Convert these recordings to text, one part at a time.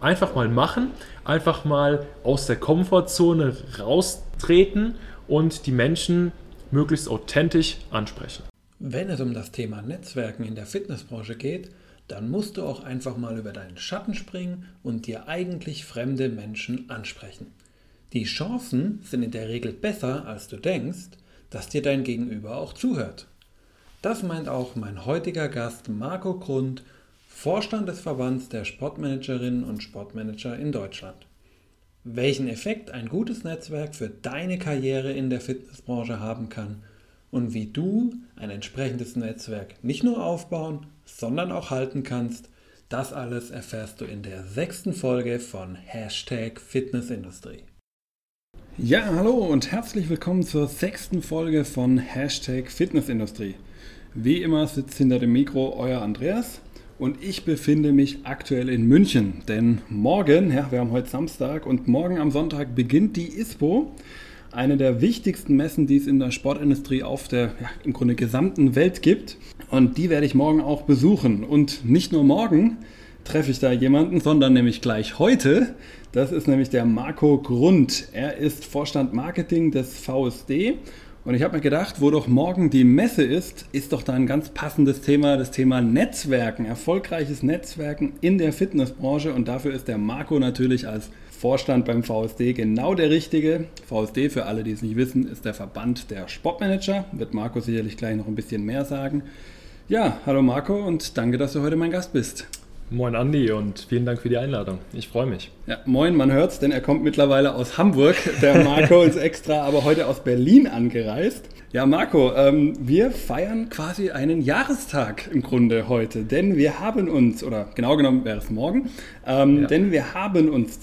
Einfach mal machen, einfach mal aus der Komfortzone raustreten und die Menschen möglichst authentisch ansprechen. Wenn es um das Thema Netzwerken in der Fitnessbranche geht, dann musst du auch einfach mal über deinen Schatten springen und dir eigentlich fremde Menschen ansprechen. Die Chancen sind in der Regel besser, als du denkst, dass dir dein Gegenüber auch zuhört. Das meint auch mein heutiger Gast Marco Grund, Vorstand des Verbands der Sportmanagerinnen und Sportmanager in Deutschland. Welchen Effekt ein gutes Netzwerk für deine Karriere in der Fitnessbranche haben kann und wie du ein entsprechendes Netzwerk nicht nur aufbauen, sondern auch halten kannst, das alles erfährst du in der 6. Folge von #Fitnessindustrie. Ja, hallo und herzlich willkommen zur 6. Folge von #Fitnessindustrie. Wie immer sitzt hinter dem Mikro euer Andreas und ich befinde mich aktuell in München, denn morgen, wir haben heute Samstag und morgen am Sonntag beginnt die ISPO, eine der wichtigsten Messen, die es in der Sportindustrie auf der im Grunde gesamten Welt gibt, und die werde ich morgen auch besuchen. Und nicht nur morgen treffe ich da jemanden, sondern nämlich gleich heute. Das ist nämlich der Marco Grund. Er ist Vorstand Marketing des VSD. Und ich habe mir gedacht, wo doch morgen die Messe ist doch da ein ganz passendes Thema, das Thema Netzwerken, erfolgreiches Netzwerken in der Fitnessbranche. Und dafür ist der Marco natürlich als Vorstand beim VSD genau der Richtige. VSD, für alle, die es nicht wissen, ist der Verband der Sportmanager. Wird Marco sicherlich gleich noch ein bisschen mehr sagen. Ja, hallo Marco und danke, dass du heute mein Gast bist. Moin Andi und vielen Dank für die Einladung. Ich freue mich. Ja, moin, man hört's, denn er kommt mittlerweile aus Hamburg. Der Marco ist extra aber heute aus Berlin angereist. Ja, Marco, wir feiern quasi einen Jahrestag im Grunde heute, denn wir haben uns, oder genau genommen wäre es morgen, denn wir haben uns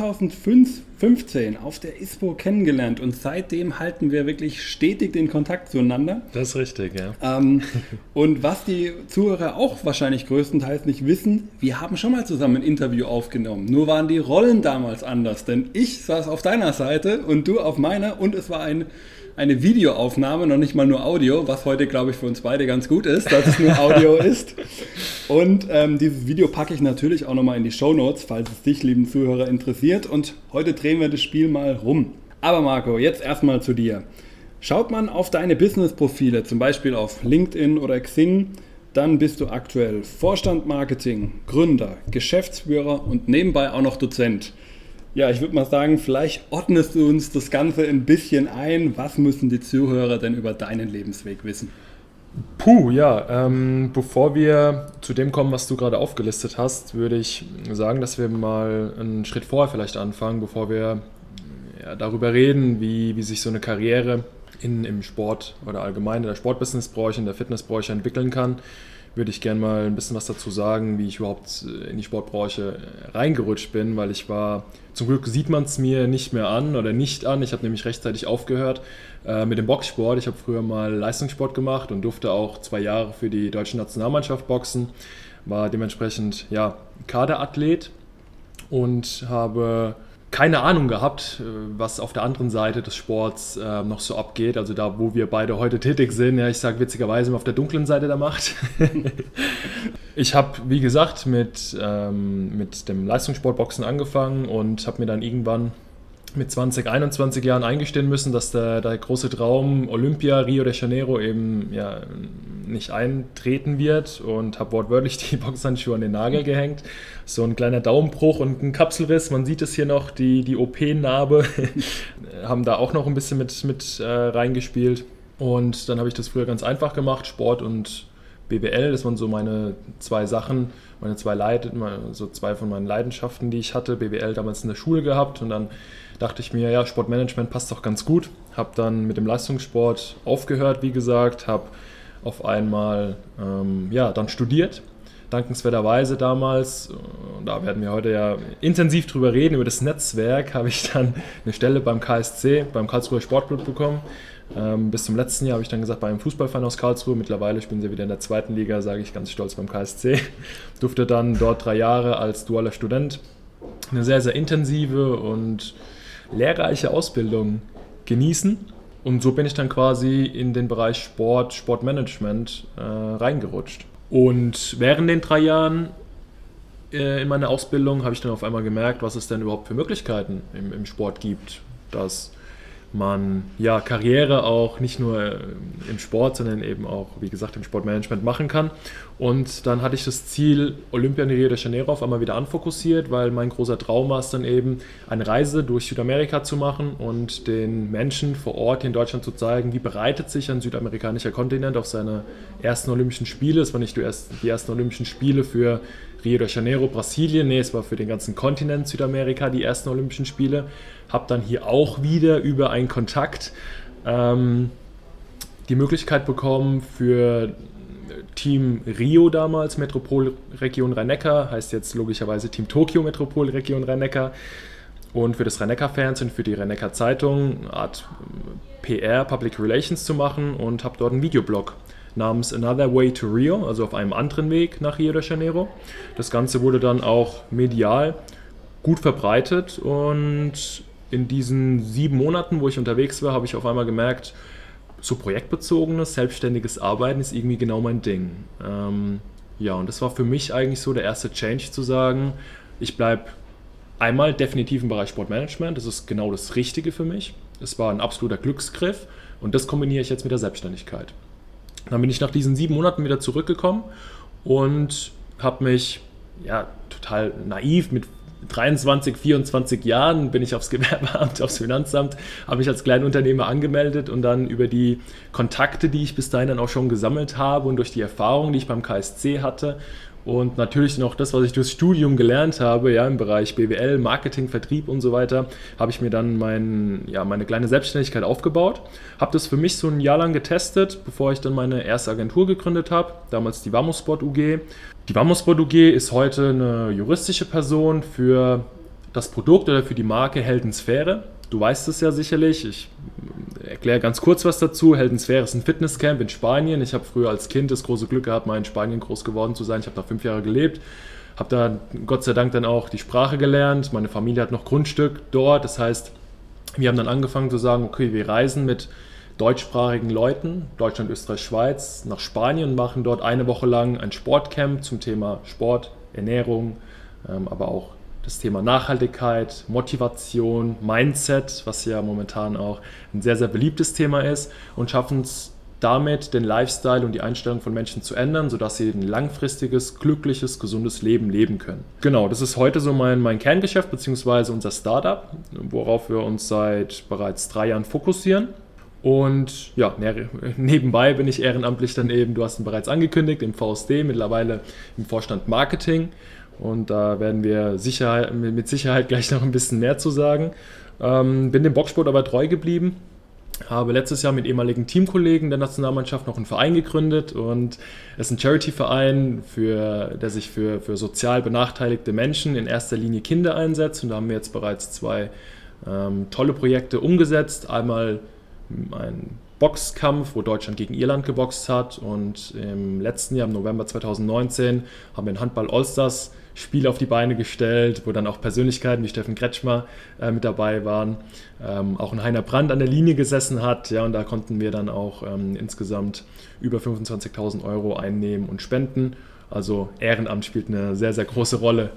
2015 auf der ISPO kennengelernt und seitdem halten wir wirklich stetig den Kontakt zueinander. Das ist richtig, ja. Und was die Zuhörer auch wahrscheinlich größtenteils nicht wissen, wir haben schon mal zusammen ein Interview aufgenommen. Nur waren die Rollen damals anders, denn ich saß auf deiner Seite und du auf meiner und es war eine Videoaufnahme, noch nicht mal nur Audio, was heute, glaube ich, für uns beide ganz gut ist, dass es nur Audio ist. Und dieses Video packe ich natürlich auch nochmal in die Shownotes, falls es dich, lieben Zuhörer, interessiert. Und heute drehen wir das Spiel mal rum. Aber Marco, jetzt erstmal zu dir. Schaut man auf deine Business-Profile, zum Beispiel auf LinkedIn oder Xing, dann bist du aktuell Vorstand Marketing, Gründer, Geschäftsführer und nebenbei auch noch Dozent. Ja, ich würde mal sagen, vielleicht ordnest du uns das Ganze ein bisschen ein. Was müssen die Zuhörer denn über deinen Lebensweg wissen? Bevor wir zu dem kommen, was du gerade aufgelistet hast, würde ich sagen, dass wir mal einen Schritt vorher vielleicht anfangen, bevor wir darüber reden, wie sich so eine Karriere im Sport oder allgemein in der Sportbusinessbranche, in der Fitnessbranche entwickeln kann. Würde ich gerne mal ein bisschen was dazu sagen, wie ich überhaupt in die Sportbranche reingerutscht bin, weil zum Glück sieht man es mir nicht mehr an oder nicht an. Ich habe nämlich rechtzeitig aufgehört mit dem Boxsport. Ich habe früher mal Leistungssport gemacht und durfte auch 2 Jahre für die deutsche Nationalmannschaft boxen, war dementsprechend Kaderathlet und habe keine Ahnung gehabt, was auf der anderen Seite des Sports noch so abgeht. Also da, wo wir beide heute tätig sind. Ja, ich sage witzigerweise immer auf der dunklen Seite der Macht. Ich habe, wie gesagt, mit dem Leistungssportboxen angefangen und habe mir dann irgendwann mit 20, 21 Jahren eingestehen müssen, dass der große Traum Olympia, Rio de Janeiro eben nicht eintreten wird und habe wortwörtlich die Boxhandschuhe an den Nagel gehängt. So ein kleiner Daumenbruch und ein Kapselriss, man sieht es hier noch, die OP-Narbe, haben da auch noch ein bisschen mit reingespielt. Und dann habe ich das früher ganz einfach gemacht, Sport und BWL, das waren so meine 2 Sachen, so 2 von meinen Leidenschaften, die ich hatte. BWL damals in der Schule gehabt und dann dachte ich mir, ja, Sportmanagement passt doch ganz gut. Habe dann mit dem Leistungssport aufgehört, wie gesagt, habe auf einmal dann studiert. Dankenswerterweise damals, und da werden wir heute ja intensiv drüber reden, über das Netzwerk, habe ich dann eine Stelle beim KSC, beim Karlsruher Sportclub bekommen. Bis zum letzten Jahr habe ich dann gesagt, bei einem Fußballverein aus Karlsruhe, mittlerweile spielen sie wieder in der 2. Liga, sage ich ganz stolz beim KSC. Durfte dann dort 3 Jahre als dualer Student eine sehr, sehr intensive und lehrreiche Ausbildung genießen. Und so bin ich dann quasi in den Bereich Sportmanagement reingerutscht. Und während den 3 Jahren in meiner Ausbildung habe ich dann auf einmal gemerkt, was es denn überhaupt für Möglichkeiten im Sport gibt, dass man ja Karriere auch nicht nur im Sport, sondern eben auch, wie gesagt, im Sportmanagement machen kann. Und dann hatte ich das Ziel, Olympia in Rio de Janeiro auf einmal wieder anfokussiert, weil mein großer Traum war es dann eben, eine Reise durch Südamerika zu machen und den Menschen vor Ort hier in Deutschland zu zeigen, wie bereitet sich ein südamerikanischer Kontinent auf seine ersten Olympischen Spiele. Es war nicht die ersten Olympischen Spiele für Rio de Janeiro, Brasilien, nee, es war für den ganzen Kontinent Südamerika die ersten Olympischen Spiele. Habe dann hier auch wieder über einen Kontakt die Möglichkeit bekommen für Team Rio damals, Metropolregion Rhein-Neckar, heißt jetzt logischerweise Team Tokio Metropolregion Rhein-Neckar, und für das Rhein-Neckar-Fernsehen, für die Rhein-Neckar Zeitung eine Art PR, Public Relations zu machen, und habe dort einen Videoblog namens Another Way to Rio, also auf einem anderen Weg nach Rio de Janeiro. Das Ganze wurde dann auch medial gut verbreitet, und in diesen 7 Monaten, wo ich unterwegs war, habe ich auf einmal gemerkt, so projektbezogenes, selbstständiges Arbeiten ist irgendwie genau mein Ding. Ja, und das war für mich eigentlich so der erste Change, zu sagen, ich bleibe einmal definitiv im Bereich Sportmanagement, das ist genau das Richtige für mich. Es war ein absoluter Glücksgriff, und das kombiniere ich jetzt mit der Selbstständigkeit. Dann bin ich nach diesen 7 Monaten wieder zurückgekommen und habe mich total naiv mit 23, 24 Jahren bin ich aufs Gewerbeamt, aufs Finanzamt, habe mich als Kleinunternehmer angemeldet, und dann über die Kontakte, die ich bis dahin dann auch schon gesammelt habe, und durch die Erfahrung, die ich beim KSC hatte, und natürlich noch das, was ich durchs Studium gelernt habe, ja, im Bereich BWL, Marketing, Vertrieb und so weiter, habe ich mir dann meine kleine Selbstständigkeit aufgebaut. Habe das für mich so ein Jahr lang getestet, bevor ich dann meine erste Agentur gegründet habe, damals die Vamosport UG. Die Vamosport UG ist heute eine juristische Person für das Produkt oder für die Marke Heldensphäre. Du weißt es ja sicherlich, ich erkläre ganz kurz was dazu. Heldensphäre ist ein Fitnesscamp in Spanien. Ich habe früher als Kind das große Glück gehabt, mal in Spanien groß geworden zu sein. Ich habe da 5 Jahre gelebt, habe da Gott sei Dank dann auch die Sprache gelernt. Meine Familie hat noch Grundstück dort. Das heißt, wir haben dann angefangen zu sagen, okay, wir reisen mit deutschsprachigen Leuten, Deutschland, Österreich, Schweiz, nach Spanien und machen dort eine Woche lang ein Sportcamp zum Thema Sport, Ernährung, aber auch das Thema Nachhaltigkeit, Motivation, Mindset, was ja momentan auch ein sehr, sehr beliebtes Thema ist, und schaffen es damit, den Lifestyle und die Einstellung von Menschen zu ändern, sodass sie ein langfristiges, glückliches, gesundes Leben leben können. Genau, das ist heute so mein Kerngeschäft bzw. unser Startup, worauf wir uns seit bereits 3 Jahren fokussieren. Und ja, nebenbei bin ich ehrenamtlich dann eben, du hast ihn bereits angekündigt, im VSD, mittlerweile im Vorstand Marketing. Und da werden wir mit Sicherheit gleich noch ein bisschen mehr zu sagen. Bin dem Boxsport aber treu geblieben. Habe letztes Jahr mit ehemaligen Teamkollegen der Nationalmannschaft noch einen Verein gegründet, und es ist ein Charity-Verein, der sich für sozial benachteiligte Menschen, in erster Linie Kinder, einsetzt. Und da haben wir jetzt bereits 2 tolle Projekte umgesetzt. Einmal ein Boxkampf, wo Deutschland gegen Irland geboxt hat, und im letzten Jahr, im November 2019, haben wir ein Handball-Allstars-Spiel auf die Beine gestellt, wo dann auch Persönlichkeiten wie Steffen Kretschmer mit dabei waren, auch ein Heiner Brandt an der Linie gesessen hat, ja, und da konnten wir dann auch insgesamt über 25.000 € einnehmen und spenden. Also Ehrenamt spielt eine sehr, sehr große Rolle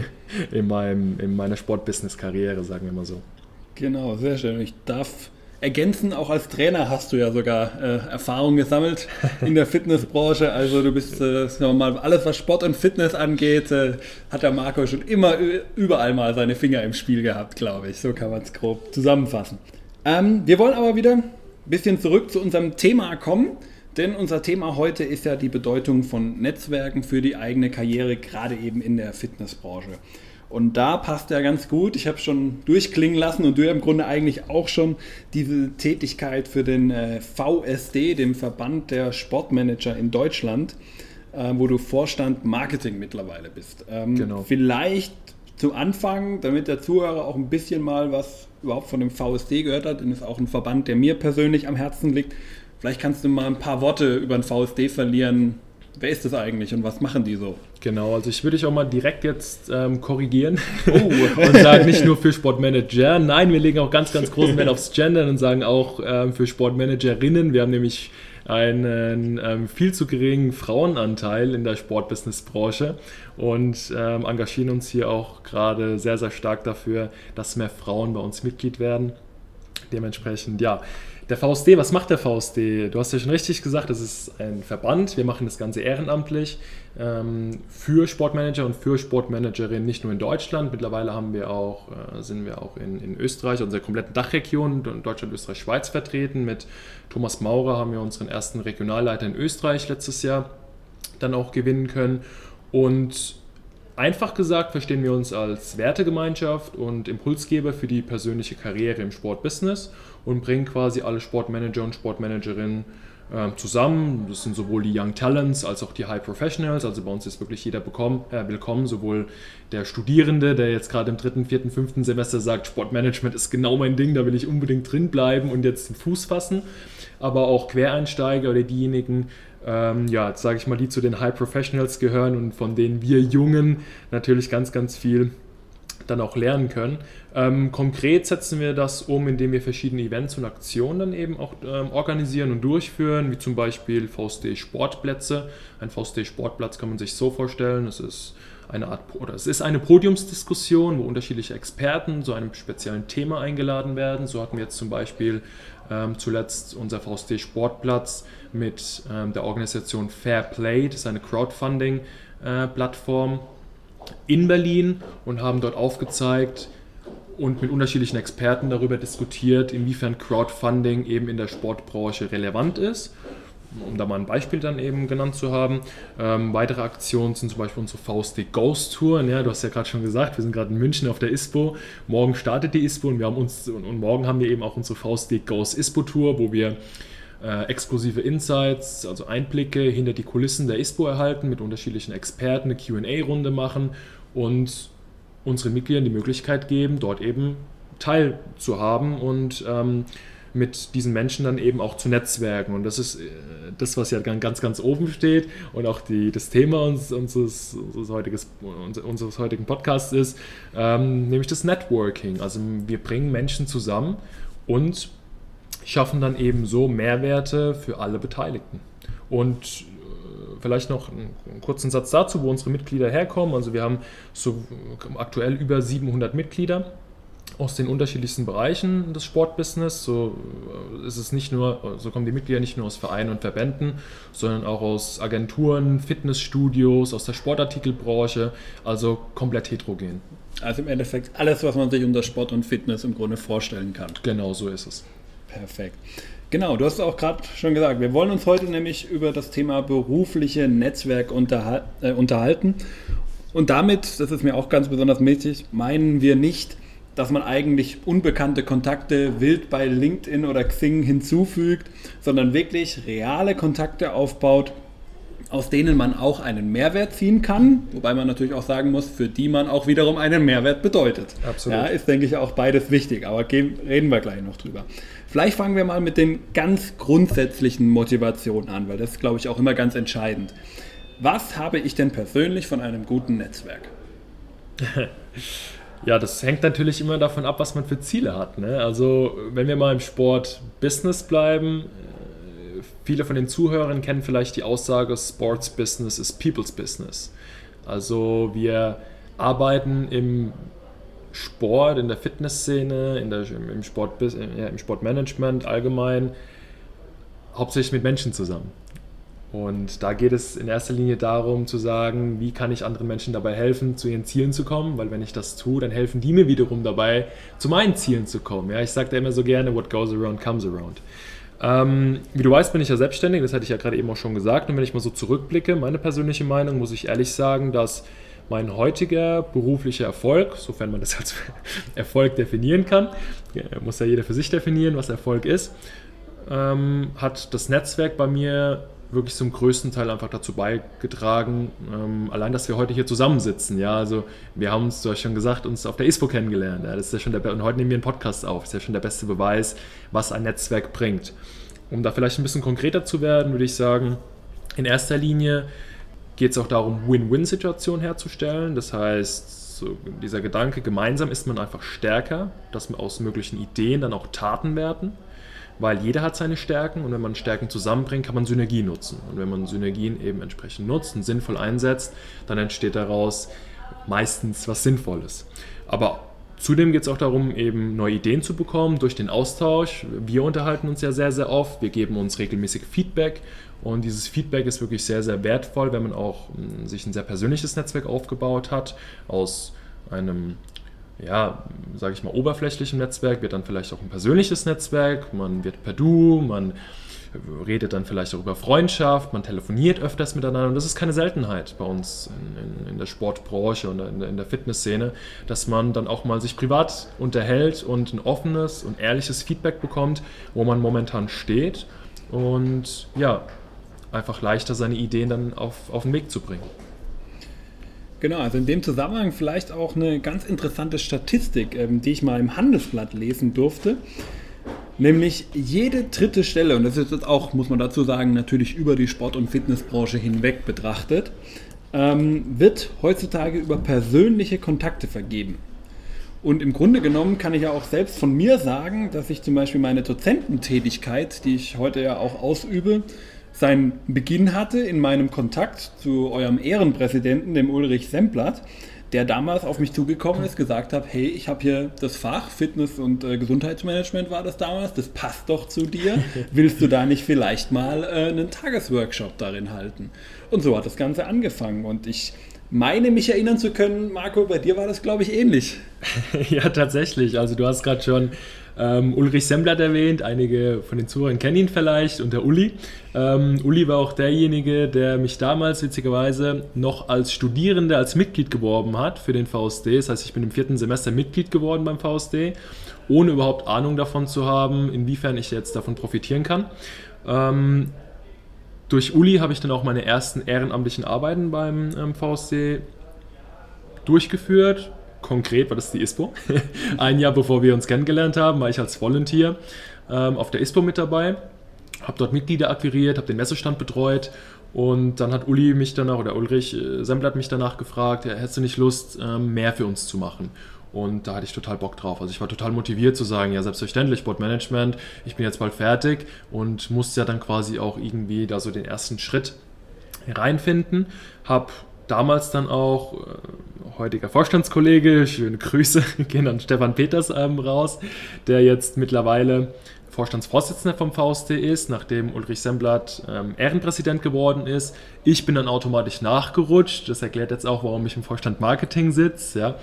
in meiner Sport-Business-Karriere, sagen wir mal so. Genau, sehr schön. Ich darf ergänzen, auch als Trainer hast du ja sogar Erfahrung gesammelt in der Fitnessbranche. Also du bist, sagen wir mal, alles was Sport und Fitness angeht, hat der Marco schon immer überall mal seine Finger im Spiel gehabt, glaube ich. So kann man es grob zusammenfassen. Wir wollen aber wieder ein bisschen zurück zu unserem Thema kommen, denn unser Thema heute ist ja die Bedeutung von Netzwerken für die eigene Karriere, gerade eben in der Fitnessbranche. Und da passt ja ganz gut, ich habe schon durchklingen lassen und du ja im Grunde eigentlich auch schon diese Tätigkeit für den VSD, dem Verband der Sportmanager in Deutschland, wo du Vorstand Marketing mittlerweile bist. Genau. Vielleicht zum Anfang, damit der Zuhörer auch ein bisschen mal was überhaupt von dem VSD gehört hat, denn es ist auch ein Verband, der mir persönlich am Herzen liegt. Vielleicht kannst du mal ein paar Worte über den VSD verlieren. Wer ist das eigentlich und was machen die so? Genau, also ich würde dich auch mal direkt jetzt korrigieren und sagen, nicht nur für Sportmanager, nein, wir legen auch ganz, ganz großen Wert aufs Gendern und sagen auch für Sportmanagerinnen. Wir haben nämlich einen viel zu geringen Frauenanteil in der Sportbusinessbranche und engagieren uns hier auch gerade sehr, sehr stark dafür, dass mehr Frauen bei uns Mitglied werden. Dementsprechend, ja. Der VSD, was macht der VSD? Du hast ja schon richtig gesagt, das ist ein Verband. Wir machen das Ganze ehrenamtlich für Sportmanager und für Sportmanagerinnen, nicht nur in Deutschland. Mittlerweile sind wir auch in Österreich, unserer kompletten Dachregion, Deutschland, Österreich, Schweiz vertreten. Mit Thomas Maurer haben wir unseren ersten Regionalleiter in Österreich letztes Jahr dann auch gewinnen können. Und einfach gesagt verstehen wir uns als Wertegemeinschaft und Impulsgeber für die persönliche Karriere im Sportbusiness und bringen quasi alle Sportmanager und Sportmanagerinnen zusammen. Das sind sowohl die Young Talents als auch die High Professionals. Also bei uns ist wirklich jeder willkommen, sowohl der Studierende, der jetzt gerade im 3., 4., 5. Semester sagt, Sportmanagement ist genau mein Ding, da will ich unbedingt drin bleiben und jetzt den Fuß fassen, aber auch Quereinsteiger oder diejenigen, jetzt sage ich mal, die zu den High Professionals gehören und von denen wir Jungen natürlich ganz, ganz viel dann auch lernen können. Konkret setzen wir das um, indem wir verschiedene Events und Aktionen dann eben auch organisieren und durchführen, wie zum Beispiel VSD-Sportplätze. Ein VSD-Sportplatz kann man sich so vorstellen, es ist eine Podiumsdiskussion, wo unterschiedliche Experten zu einem speziellen Thema eingeladen werden. So hatten wir jetzt zum Beispiel zuletzt unser VSD-Sportplatz mit der Organisation Fair Play, das ist eine Crowdfunding-Plattform in Berlin, und haben dort aufgezeigt und mit unterschiedlichen Experten darüber diskutiert, inwiefern Crowdfunding eben in der Sportbranche relevant ist, um da mal ein Beispiel dann eben genannt zu haben. Weitere Aktionen sind zum Beispiel unsere VSD Ghost Tour. Ja, du hast ja gerade schon gesagt, wir sind gerade in München auf der ISPO. Morgen startet die ISPO und morgen haben wir eben auch unsere VSD Ghost ISPO Tour, wo wir exklusive Insights, also Einblicke hinter die Kulissen der ISPO erhalten, mit unterschiedlichen Experten eine Q&A-Runde machen und unseren Mitgliedern die Möglichkeit geben, dort eben teilzuhaben und mit diesen Menschen dann eben auch zu netzwerken. Und das ist das, was ja ganz, ganz oben steht und auch das Thema unseres heutigen Podcasts ist, nämlich das Networking. Also wir bringen Menschen zusammen und schaffen dann eben so Mehrwerte für alle Beteiligten. Und vielleicht noch einen kurzen Satz dazu, wo unsere Mitglieder herkommen. Also wir haben so aktuell über 700 Mitglieder aus den unterschiedlichsten Bereichen des Sportbusiness. So kommen die Mitglieder nicht nur aus Vereinen und Verbänden, sondern auch aus Agenturen, Fitnessstudios, aus der Sportartikelbranche, also komplett heterogen. Also im Endeffekt alles, was man sich unter Sport und Fitness im Grunde vorstellen kann. Genau, so ist es. Perfekt. Genau, du hast es auch gerade schon gesagt, wir wollen uns heute nämlich über das Thema berufliche Netzwerk unterhalten. Und damit, das ist mir auch ganz besonders wichtig, meinen wir nicht, dass man eigentlich unbekannte Kontakte wild bei LinkedIn oder Xing hinzufügt, sondern wirklich reale Kontakte aufbaut, aus denen man auch einen Mehrwert ziehen kann, wobei man natürlich auch sagen muss, für die man auch wiederum einen Mehrwert bedeutet. Absolut. Ja, ist, denke ich, auch beides wichtig, aber reden wir gleich noch drüber. Vielleicht fangen wir mal mit den ganz grundsätzlichen Motivationen an, weil das ist, glaube ich, auch immer ganz entscheidend. Was habe ich denn persönlich von einem guten Netzwerk? Ja, das hängt natürlich immer davon ab, was man für Ziele hat, ne? Also wenn wir mal im Sport-Business bleiben, viele von den Zuhörern kennen vielleicht die Aussage, Sports Business is People's Business. Also wir arbeiten im Sport, in der Fitnessszene, im Sportmanagement allgemein hauptsächlich mit Menschen zusammen. Und da geht es in erster Linie darum zu sagen, wie kann ich anderen Menschen dabei helfen, zu ihren Zielen zu kommen, weil wenn ich das tue, dann helfen die mir wiederum dabei, zu meinen Zielen zu kommen. Ja, ich sage da immer so gerne, what goes around comes around. Wie du weißt, bin ich ja selbstständig, das hatte ich ja gerade eben auch schon gesagt. Und wenn ich mal so zurückblicke, meine persönliche Meinung, muss ich ehrlich sagen, dass mein heutiger beruflicher Erfolg, sofern man das als Erfolg definieren kann, muss ja jeder für sich definieren, was Erfolg ist, hat das Netzwerk bei mir wirklich zum größten Teil einfach dazu beigetragen, allein, dass wir heute hier zusammensitzen. Ja, also wir haben uns, du hast schon gesagt, uns auf der ISPO kennengelernt. Ja, das ist ja schon und heute nehmen wir einen Podcast auf. Das ist ja schon der beste Beweis, was ein Netzwerk bringt. Um da vielleicht ein bisschen konkreter zu werden, würde ich sagen, in erster Linie geht es auch darum, Win-Win-Situationen herzustellen. Das heißt, so dieser Gedanke, gemeinsam ist man einfach stärker, dass aus möglichen Ideen dann auch Taten werden. weil jeder hat seine Stärken und wenn man Stärken zusammenbringt, kann man Synergien nutzen. Und wenn man Synergien eben entsprechend nutzt und sinnvoll einsetzt, dann entsteht daraus meistens was Sinnvolles. Aber zudem geht es auch darum, eben neue Ideen zu bekommen durch den Austausch. Wir unterhalten uns ja sehr, sehr oft, wir geben uns regelmäßig Feedback und dieses Feedback ist wirklich sehr, sehr wertvoll, wenn man auch sich ein sehr persönliches Netzwerk aufgebaut hat. Aus einem, ja, sage ich mal, oberflächlichen Netzwerk wird dann vielleicht auch ein persönliches Netzwerk, man wird per Du, man redet dann vielleicht auch über Freundschaft, man telefoniert öfters miteinander und das ist keine Seltenheit bei uns in der Sportbranche und in der Fitnessszene, dass man dann auch mal sich privat unterhält und ein offenes und ehrliches Feedback bekommt, wo man momentan steht und ja, einfach leichter seine Ideen dann auf den Weg zu bringen. Genau, also in dem Zusammenhang vielleicht auch eine ganz interessante Statistik, die ich mal im Handelsblatt lesen durfte. Nämlich jede dritte Stelle, und das ist jetzt auch, muss man dazu sagen, natürlich über die Sport- und Fitnessbranche hinweg betrachtet, wird heutzutage über persönliche Kontakte vergeben. Und im Grunde genommen kann ich ja auch selbst von mir sagen, dass ich zum Beispiel meine Dozententätigkeit, die ich heute ja auch ausübe, seinen Beginn hatte in meinem Kontakt zu eurem Ehrenpräsidenten, dem Ulrich Semblatt, der damals auf mich zugekommen ist, gesagt hat, hey, ich habe hier das Fach, Fitness- und Gesundheitsmanagement war das damals, das passt doch zu dir, willst du da nicht vielleicht mal einen Tagesworkshop darin halten? Und so hat das Ganze angefangen und ich meine mich erinnern zu können, Marco, bei dir war das, glaube ich, ähnlich. Ja, tatsächlich, also du hast gerade schon Ulrich Semblatt erwähnt, einige von den Zuhörern kennen ihn vielleicht und der Uli. Uli war auch derjenige, der mich damals witzigerweise noch als Studierender, als Mitglied geworben hat für den VSD. Das heißt, ich bin im 4. Semester Mitglied geworden beim VSD, ohne überhaupt Ahnung davon zu haben, inwiefern ich jetzt davon profitieren kann. Durch Uli habe ich dann auch meine ersten ehrenamtlichen Arbeiten beim VSD durchgeführt. Konkret war das die ISPO. Ein Jahr bevor wir uns kennengelernt haben, war ich als Volunteer auf der ISPO mit dabei, habe dort Mitglieder akquiriert, habe den Messestand betreut und dann hat Uli mich danach, oder Ulrich Semblatt mich danach gefragt, ja, hättest du nicht Lust, mehr für uns zu machen? Und da hatte ich total Bock drauf. Also ich war total motiviert zu sagen, ja selbstverständlich, Sportmanagement, ich bin jetzt bald fertig und musste ja dann quasi auch irgendwie da so den ersten Schritt reinfinden. Habe damals dann auch, heutiger Vorstandskollege, schöne Grüße gehen an Stefan Peters raus, der jetzt mittlerweile Vorstandsvorsitzender vom VSD ist, nachdem Ulrich Semblatt Ehrenpräsident geworden ist. Ich bin dann automatisch nachgerutscht, das erklärt jetzt auch, warum ich im Vorstand Marketing sitze. Ja.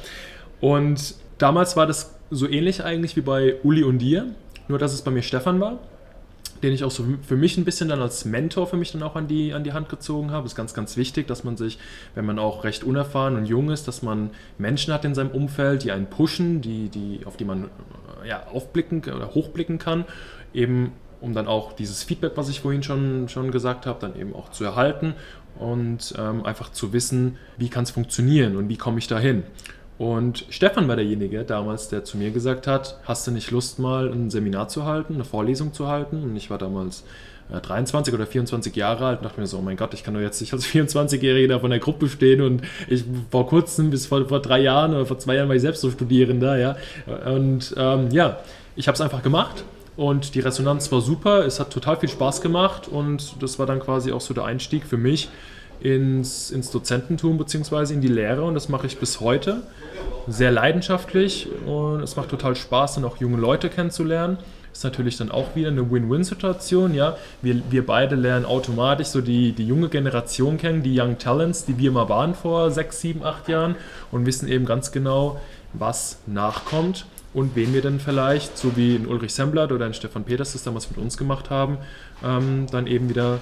Und damals war das so ähnlich eigentlich wie bei Uli und dir, nur dass es bei mir Stefan war, den ich auch so für mich ein bisschen dann als Mentor für mich dann auch an die Hand gezogen habe. Das ist ganz, ganz wichtig, dass man sich, wenn man auch recht unerfahren und jung ist, dass man Menschen hat in seinem Umfeld, die einen pushen, auf die man ja, aufblicken oder hochblicken kann, eben um dann auch dieses Feedback, was ich vorhin schon gesagt habe, dann eben auch zu erhalten und einfach zu wissen, wie kann es funktionieren und wie komme ich dahin. Und Stefan war derjenige damals, der zu mir gesagt hat, hast du nicht Lust mal ein Seminar zu halten, eine Vorlesung zu halten? Und ich war damals 23 oder 24 Jahre alt und dachte mir so, oh mein Gott, ich kann doch jetzt nicht als 24-Jähriger da von der Gruppe stehen und ich vor kurzem, bis vor 3 Jahren oder vor 2 Jahren war ich selbst so Studierender, ja. Und ja, ich habe es einfach gemacht und die Resonanz war super, es hat total viel Spaß gemacht und das war dann quasi auch so der Einstieg für mich ins Dozententum bzw. in die Lehre und das mache ich bis heute sehr leidenschaftlich und es macht total Spaß, dann auch junge Leute kennenzulernen. Ist natürlich dann auch wieder eine Win-Win-Situation. Ja? Wir beide lernen automatisch so die junge Generation kennen, die Young Talents, die wir mal waren vor 6, 7, 8 Jahren und wissen eben ganz genau, was nachkommt und wen wir dann vielleicht, so wie in Ulrich Semblatt oder in Stefan Peters das damals mit uns gemacht haben, dann eben wieder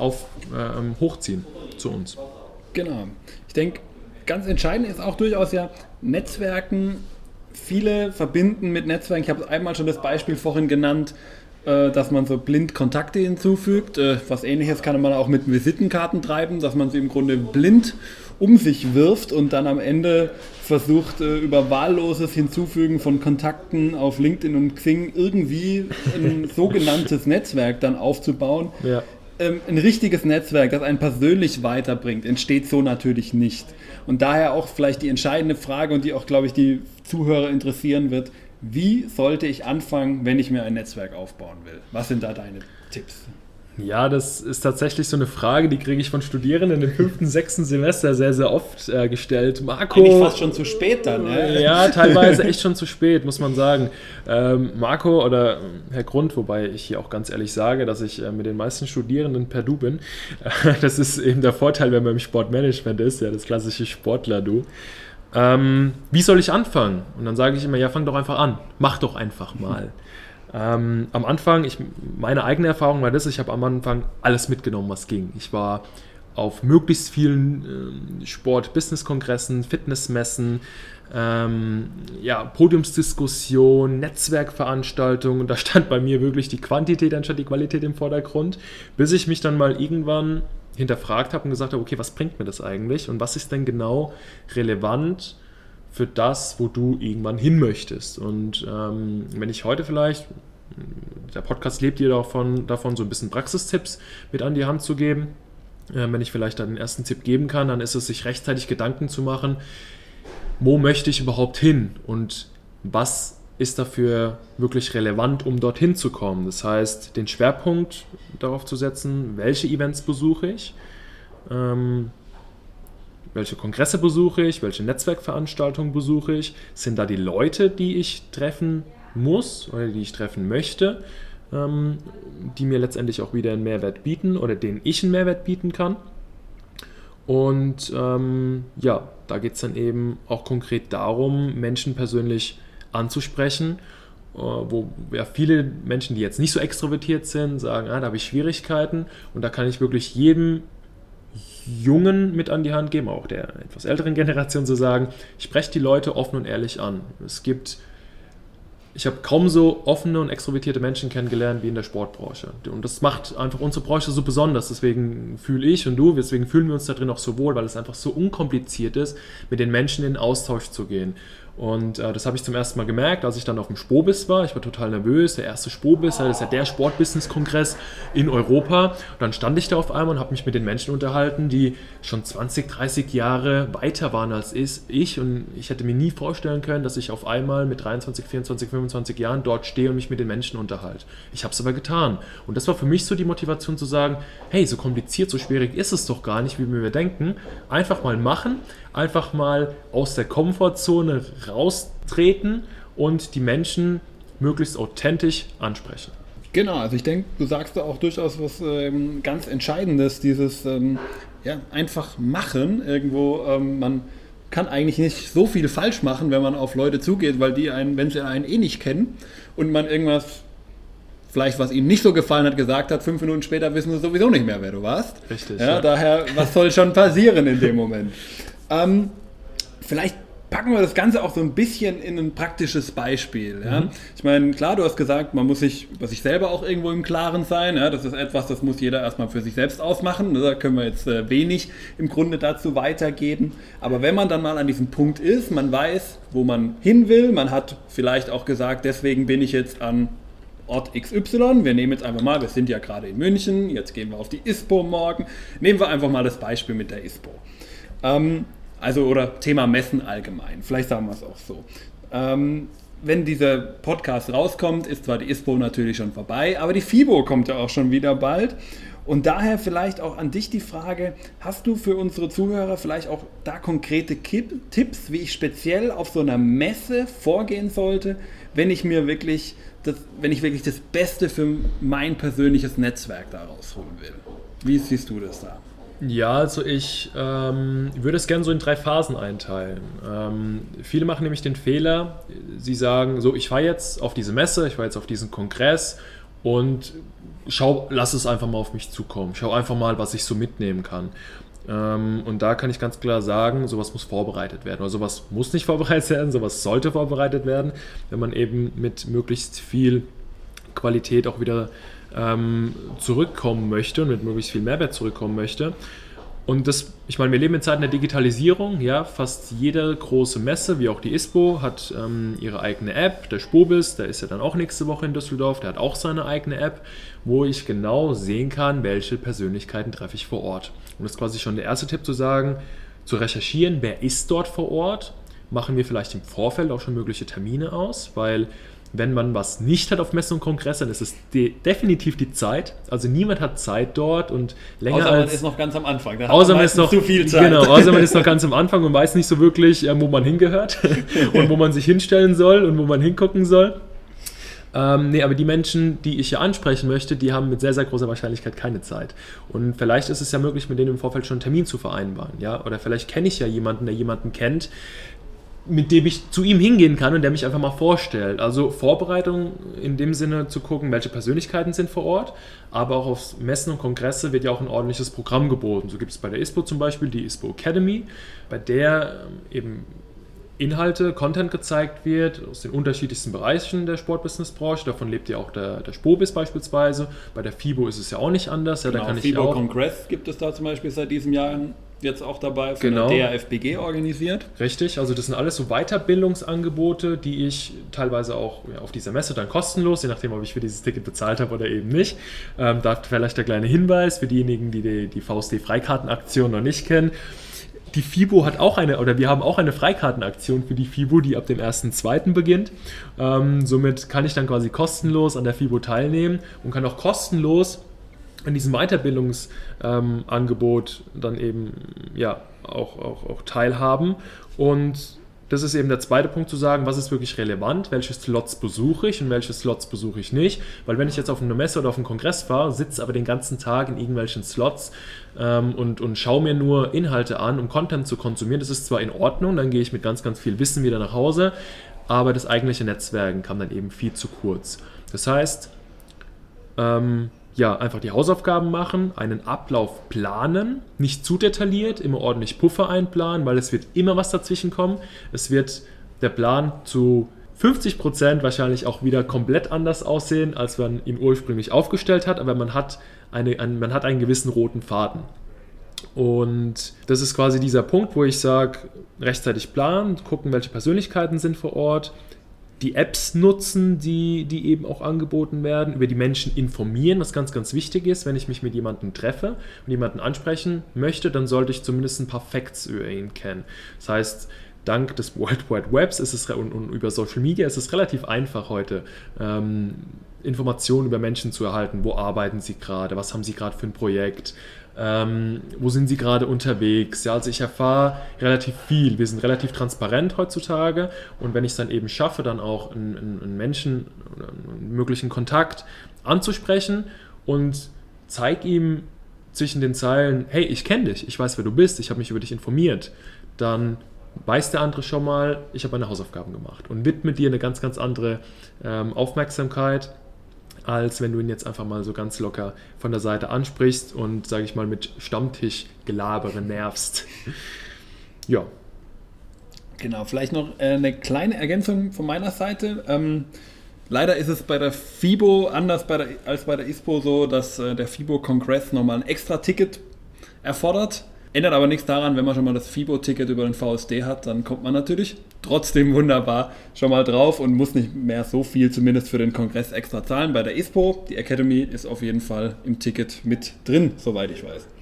hochziehen zu uns. Genau. Ich denke, ganz entscheidend ist auch durchaus ja Netzwerken. Viele verbinden mit Netzwerken, ich habe einmal schon das Beispiel vorhin genannt, dass man so blind Kontakte hinzufügt. Was Ähnliches kann man auch mit Visitenkarten treiben, dass man sie im Grunde blind um sich wirft und dann am Ende versucht, über wahlloses Hinzufügen von Kontakten auf LinkedIn und Xing irgendwie ein sogenanntes Netzwerk dann aufzubauen. Ja. Ein richtiges Netzwerk, das einen persönlich weiterbringt, entsteht so natürlich nicht. Und daher auch vielleicht die entscheidende Frage und die auch, glaube ich, die Zuhörer interessieren wird, Wie sollte ich anfangen, wenn ich mir ein Netzwerk aufbauen will? Was sind da deine Tipps? Ja, das ist tatsächlich so eine Frage, die kriege ich von Studierenden im 5., 6. Semester sehr, sehr oft gestellt. Marco, eigentlich fast schon zu spät dann, ne? Ja, teilweise echt schon zu spät, muss man sagen. Marco oder Herr Grund, wobei ich hier auch ganz ehrlich sage, dass ich mit den meisten Studierenden per Du bin. Das ist eben der Vorteil, wenn man im Sportmanagement ist, ja, das klassische Sportler-Du. Wie soll ich anfangen? Und dann sage ich immer, ja, fang doch einfach an. Mach doch einfach mal. Am Anfang, meine eigene Erfahrung war das, ich habe am Anfang alles mitgenommen, was ging. Ich war auf möglichst vielen Sport-Business-Kongressen, Fitnessmessen, Podiumsdiskussionen, Netzwerkveranstaltungen, und da stand bei mir wirklich die Quantität anstatt die Qualität im Vordergrund, bis ich mich dann mal irgendwann hinterfragt habe und gesagt habe, okay, was bringt mir das eigentlich und was ist denn genau relevant für das, wo du irgendwann hin möchtest. Und wenn ich heute vielleicht, der Podcast lebt ja davon, so ein bisschen Praxistipps mit an die Hand zu geben, wenn ich vielleicht dann den ersten Tipp geben kann, dann ist es, sich rechtzeitig Gedanken zu machen, wo möchte ich überhaupt hin und was ist dafür wirklich relevant, um dorthin zu kommen. Das heißt, den Schwerpunkt darauf zu setzen, welche Events besuche ich, welche Kongresse besuche ich, welche Netzwerkveranstaltungen besuche ich, sind da die Leute, die ich treffen muss oder die ich treffen möchte, die mir letztendlich auch wieder einen Mehrwert bieten oder denen ich einen Mehrwert bieten kann. Und da geht es dann eben auch konkret darum, Menschen persönlich anzusprechen, wo viele Menschen, die jetzt nicht so extrovertiert sind, sagen, da habe ich Schwierigkeiten, und da kann ich wirklich jedem Jungen mit an die Hand geben, auch der etwas älteren Generation, zu sagen, ich spreche die Leute offen und ehrlich an. Ich habe kaum so offene und extrovertierte Menschen kennengelernt wie in der Sportbranche. Und das macht einfach unsere Branche so besonders. Deswegen deswegen fühlen wir uns da drin auch so wohl, weil es einfach so unkompliziert ist, mit den Menschen in den Austausch zu gehen. Und das habe ich zum ersten Mal gemerkt, als ich dann auf dem Spobis war. Ich war total nervös. Der erste Spobis, das ist ja der Sport-Business-Kongress in Europa. Und dann stand ich da auf einmal und habe mich mit den Menschen unterhalten, die schon 20, 30 Jahre weiter waren als ich. Und ich hätte mir nie vorstellen können, dass ich auf einmal mit 23, 24, 25 Jahren dort stehe und mich mit den Menschen unterhalte. Ich habe es aber getan. Und das war für mich so die Motivation zu sagen, hey, so kompliziert, so schwierig ist es doch gar nicht, wie wir denken. Einfach mal machen, einfach mal aus der Komfortzone raustreten und die Menschen möglichst authentisch ansprechen. Genau, also ich denke, du sagst da auch durchaus was ganz Entscheidendes, dieses einfach machen irgendwo. Man kann eigentlich nicht so viel falsch machen, wenn man auf Leute zugeht, weil wenn sie einen nicht kennen und man irgendwas, vielleicht was ihnen nicht so gefallen hat, gesagt hat, 5 Minuten später wissen sie sowieso nicht mehr, wer du warst. Richtig. Ja. Daher, was soll schon passieren in dem Moment? Vielleicht packen wir das Ganze auch so ein bisschen in ein praktisches Beispiel. Ja? Ich meine, klar, du hast gesagt, man muss sich über sich selber auch irgendwo im Klaren sein. Ja? Das ist etwas, das muss jeder erstmal für sich selbst ausmachen. Da können wir jetzt wenig im Grunde dazu weitergeben. Aber wenn man dann mal an diesem Punkt ist, man weiß, wo man hin will, man hat vielleicht auch gesagt, deswegen bin ich jetzt an Ort XY. Wir nehmen jetzt einfach mal, wir sind ja gerade in München, jetzt gehen wir auf die ISPO morgen. Nehmen wir einfach mal das Beispiel mit der ISPO. Oder Thema Messen allgemein, vielleicht sagen wir es auch so. Wenn dieser Podcast rauskommt, ist zwar die ISPO natürlich schon vorbei, aber die FIBO kommt ja auch schon wieder bald. Und daher vielleicht auch an dich die Frage, hast du für unsere Zuhörer vielleicht auch da konkrete Tipps, wie ich speziell auf so einer Messe vorgehen sollte, wenn ich wirklich das Beste für mein persönliches Netzwerk da rausholen will? Wie siehst du das da? Ja, also ich würde es gerne so in 3 Phasen einteilen. Viele machen nämlich den Fehler, sie sagen, so, ich fahre jetzt auf diese Messe, ich fahre jetzt auf diesen Kongress und lass es einfach mal auf mich zukommen. Schau einfach mal, was ich so mitnehmen kann. Und da kann ich ganz klar sagen, sowas muss vorbereitet werden. Oder sowas muss nicht vorbereitet werden, sowas sollte vorbereitet werden, wenn man eben mit möglichst viel Qualität auch wieder zurückkommen möchte und mit möglichst viel Mehrwert zurückkommen möchte. Und ich meine, wir leben in Zeiten der Digitalisierung, ja, fast jede große Messe, wie auch die ISPO, hat ihre eigene App. Der Spobis, der ist ja dann auch nächste Woche in Düsseldorf, der hat auch seine eigene App, wo ich genau sehen kann, welche Persönlichkeiten treffe ich vor Ort. Und das ist quasi schon der erste Tipp zu recherchieren, wer ist dort vor Ort, machen wir vielleicht im Vorfeld auch schon mögliche Termine aus, weil wenn man was nicht hat auf Messen und Kongressen, dann ist es definitiv die Zeit. Also niemand hat Zeit dort und länger außer man ist noch ganz am Anfang. Da außer man ist noch zu viel Zeit. Genau, außer man ist noch ganz am Anfang und weiß nicht so wirklich, wo man hingehört und wo man sich hinstellen soll und wo man hingucken soll. Aber die Menschen, die ich hier ansprechen möchte, die haben mit sehr, sehr großer Wahrscheinlichkeit keine Zeit. Und vielleicht ist es ja möglich, mit denen im Vorfeld schon einen Termin zu vereinbaren. Ja? Oder vielleicht kenne ich ja jemanden, der jemanden kennt, mit dem ich zu ihm hingehen kann und der mich einfach mal vorstellt. Also Vorbereitung in dem Sinne zu gucken, welche Persönlichkeiten sind vor Ort, aber auch auf Messen und Kongresse wird ja auch ein ordentliches Programm geboten. So gibt es bei der ISPO zum Beispiel die ISPO Academy, bei der eben Inhalte, Content gezeigt wird aus den unterschiedlichsten Bereichen der Sportbusinessbranche. Davon lebt ja auch der Spobis beispielsweise. Bei der FIBO ist es ja auch nicht anders. Ja, genau, da kann FIBO ich auch Kongress gibt es da zum Beispiel seit diesem Jahr jetzt auch dabei, von genau. der DAFBG organisiert. Richtig, also das sind alles so Weiterbildungsangebote, die ich teilweise auch auf dieser Messe dann kostenlos, je nachdem, ob ich für dieses Ticket bezahlt habe oder eben nicht. Da vielleicht der kleine Hinweis für diejenigen, die die VSD-Freikartenaktion noch nicht kennen. Die FIBO hat auch wir haben auch eine Freikartenaktion für die FIBO, die ab dem 1.2. beginnt. Somit kann ich dann quasi kostenlos an der FIBO teilnehmen und kann auch kostenlos an diesem Weiterbildungsangebot dann eben auch teilhaben. Und das ist eben der zweite Punkt zu sagen, was ist wirklich relevant, welche Slots besuche ich und welche Slots besuche ich nicht. Weil wenn ich jetzt auf eine Messe oder auf einen Kongress fahre, sitze aber den ganzen Tag in irgendwelchen Slots und schaue mir nur Inhalte an, um Content zu konsumieren, das ist zwar in Ordnung, dann gehe ich mit ganz, ganz viel Wissen wieder nach Hause, aber das eigentliche Netzwerken kam dann eben viel zu kurz. Das heißt, einfach die Hausaufgaben machen, einen Ablauf planen, nicht zu detailliert, immer ordentlich Puffer einplanen, weil es wird immer was dazwischen kommen. Es wird der Plan zu 50% wahrscheinlich auch wieder komplett anders aussehen, als man ihn ursprünglich aufgestellt hat, aber man hat einen gewissen roten Faden. Und das ist quasi dieser Punkt, wo ich sage, rechtzeitig planen, gucken, welche Persönlichkeiten sind vor Ort, die Apps nutzen, die eben auch angeboten werden, über die Menschen informieren, was ganz, ganz wichtig ist. Wenn ich mich mit jemandem treffe und jemanden ansprechen möchte, dann sollte ich zumindest ein paar Facts über ihn kennen. Das heißt, dank des World Wide Webs und über Social Media ist es relativ einfach heute, Informationen über Menschen zu erhalten. Wo arbeiten sie gerade? Was haben sie gerade für ein Projekt? Wo sind sie gerade unterwegs? Ja, also ich erfahre relativ viel. Wir sind relativ transparent heutzutage und wenn ich es dann eben schaffe, dann auch einen Menschen oder einen möglichen Kontakt anzusprechen und zeige ihm zwischen den Zeilen, hey, ich kenne dich, ich weiß, wer du bist, ich habe mich über dich informiert, dann weiß der andere schon mal, ich habe meine Hausaufgaben gemacht und widmet dir eine ganz, ganz andere Aufmerksamkeit, als wenn du ihn jetzt einfach mal so ganz locker von der Seite ansprichst und, sage ich mal, mit Stammtischgelabere nervst. Ja. Genau, vielleicht noch eine kleine Ergänzung von meiner Seite. Leider ist es bei der FIBO anders als bei der ISPO so, dass der FIBO-Kongress nochmal ein extra Ticket erfordert. Ändert aber nichts daran, wenn man schon mal das FIBO-Ticket über den VSD hat, dann kommt man natürlich trotzdem wunderbar schon mal drauf und muss nicht mehr so viel zumindest für den Kongress extra zahlen. Bei der ISPO, die Academy, ist auf jeden Fall im Ticket mit drin, soweit ich weiß.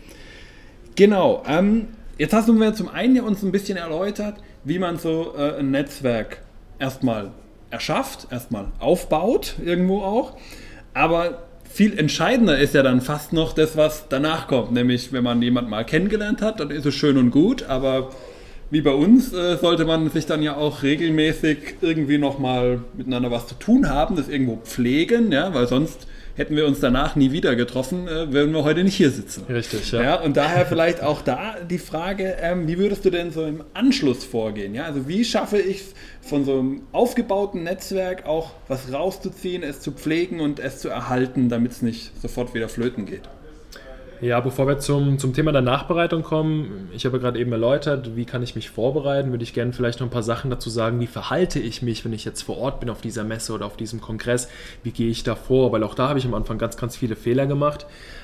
Genau, jetzt hast du mir zum einen ja uns ein bisschen erläutert, wie man so ein Netzwerk erstmal erschafft, erstmal aufbaut, irgendwo auch, aber viel entscheidender ist ja dann fast noch das, was danach kommt, nämlich wenn man jemanden mal kennengelernt hat, dann ist es schön und gut, aber wie bei uns sollte man sich dann ja auch regelmäßig irgendwie nochmal miteinander was zu tun haben, das irgendwo pflegen, ja, weil sonst hätten wir uns danach nie wieder getroffen, würden wir heute nicht hier sitzen. Richtig, ja. Ja, und daher vielleicht auch da die Frage, wie würdest du denn so im Anschluss vorgehen? Ja, also wie schaffe ich es von so einem aufgebauten Netzwerk auch was rauszuziehen, es zu pflegen und es zu erhalten, damit es nicht sofort wieder flöten geht? Ja, bevor wir zum Thema der Nachbereitung kommen, ich habe gerade eben erläutert, wie kann ich mich vorbereiten, würde ich gerne vielleicht noch ein paar Sachen dazu sagen, wie verhalte ich mich, wenn ich jetzt vor Ort bin auf dieser Messe oder auf diesem Kongress, wie gehe ich da vor, weil auch da habe ich am Anfang ganz, ganz viele Fehler gemacht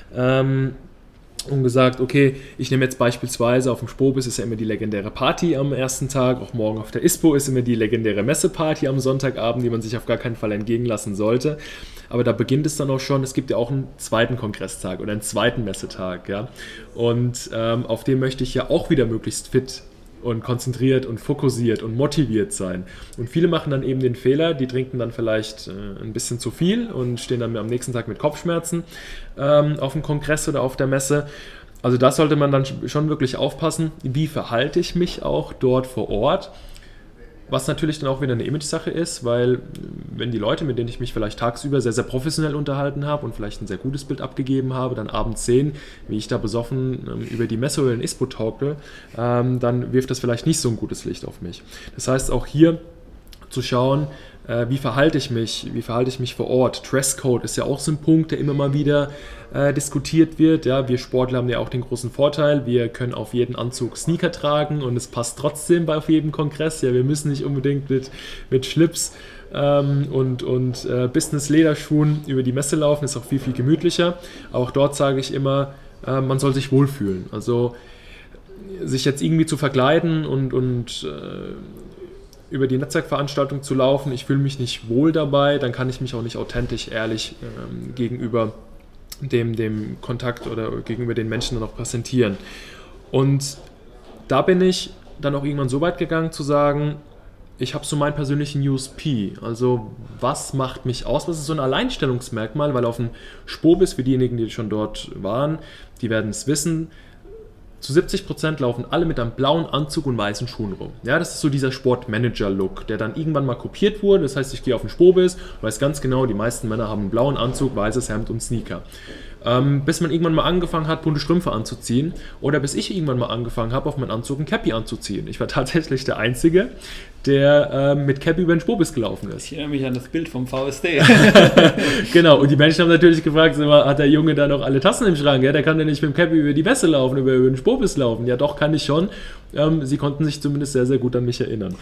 und gesagt, okay, ich nehme jetzt beispielsweise auf dem Spobis ist ja immer die legendäre Party am ersten Tag, auch morgen auf der ISPO ist immer die legendäre Messeparty am Sonntagabend, die man sich auf gar keinen Fall entgehen lassen sollte. Aber da beginnt es dann auch schon, es gibt ja auch einen zweiten Kongresstag oder einen zweiten Messetag, ja. Und auf dem möchte ich ja auch wieder möglichst fit und konzentriert und fokussiert und motiviert sein. Und viele machen dann eben den Fehler, die trinken dann vielleicht ein bisschen zu viel und stehen dann am nächsten Tag mit Kopfschmerzen auf dem Kongress oder auf der Messe. Also da sollte man dann schon wirklich aufpassen, wie verhalte ich mich auch dort vor Ort. Was natürlich dann auch wieder eine Image-Sache ist, weil wenn die Leute, mit denen ich mich vielleicht tagsüber sehr, sehr professionell unterhalten habe und vielleicht ein sehr gutes Bild abgegeben habe, dann abends sehen, wie ich da besoffen über die Messe oder den ISPO torkel, dann wirft das vielleicht nicht so ein gutes Licht auf mich. Das heißt auch hier zu schauen, wie verhalte ich mich vor Ort. Dresscode ist ja auch so ein Punkt, der immer mal wieder diskutiert wird. Ja, wir Sportler haben ja auch den großen Vorteil, wir können auf jeden Anzug Sneaker tragen und es passt trotzdem auf jedem Kongress. Ja, wir müssen nicht unbedingt mit Schlips und Business-Lederschuhen über die Messe laufen, ist auch viel, viel gemütlicher. Auch dort sage ich immer, man soll sich wohlfühlen. Also sich jetzt irgendwie zu verkleiden und über die Netzwerkveranstaltung zu laufen, ich fühle mich nicht wohl dabei, dann kann ich mich auch nicht authentisch, ehrlich gegenüber dem Kontakt oder gegenüber den Menschen dann auch präsentieren. Und da bin ich dann auch irgendwann so weit gegangen zu sagen, ich habe so meinen persönlichen USP, also was macht mich aus, was ist so ein Alleinstellungsmerkmal, weil auf dem Spobis, für diejenigen, die schon dort waren, die werden es wissen, zu 70% laufen alle mit einem blauen Anzug und weißen Schuhen rum. Ja, das ist so dieser Sportmanager-Look, der dann irgendwann mal kopiert wurde. Das heißt, ich gehe auf den Spobis, weiß ganz genau, die meisten Männer haben einen blauen Anzug, weißes Hemd und Sneaker. Bis man irgendwann mal angefangen hat, bunte Strümpfe anzuziehen oder bis ich irgendwann mal angefangen habe, auf meinen Anzug ein Cappy anzuziehen. Ich war tatsächlich der Einzige, der mit Cappy über den Spobis gelaufen ist. Ich erinnere mich an das Bild vom VSD. Genau, und die Menschen haben natürlich gefragt, hat der Junge da noch alle Tassen im Schrank? Ja, der kann ja nicht mit dem Cappy über die Messe laufen, über den Spobis laufen. Ja, doch, kann ich schon. Sie konnten sich zumindest sehr, sehr gut an mich erinnern.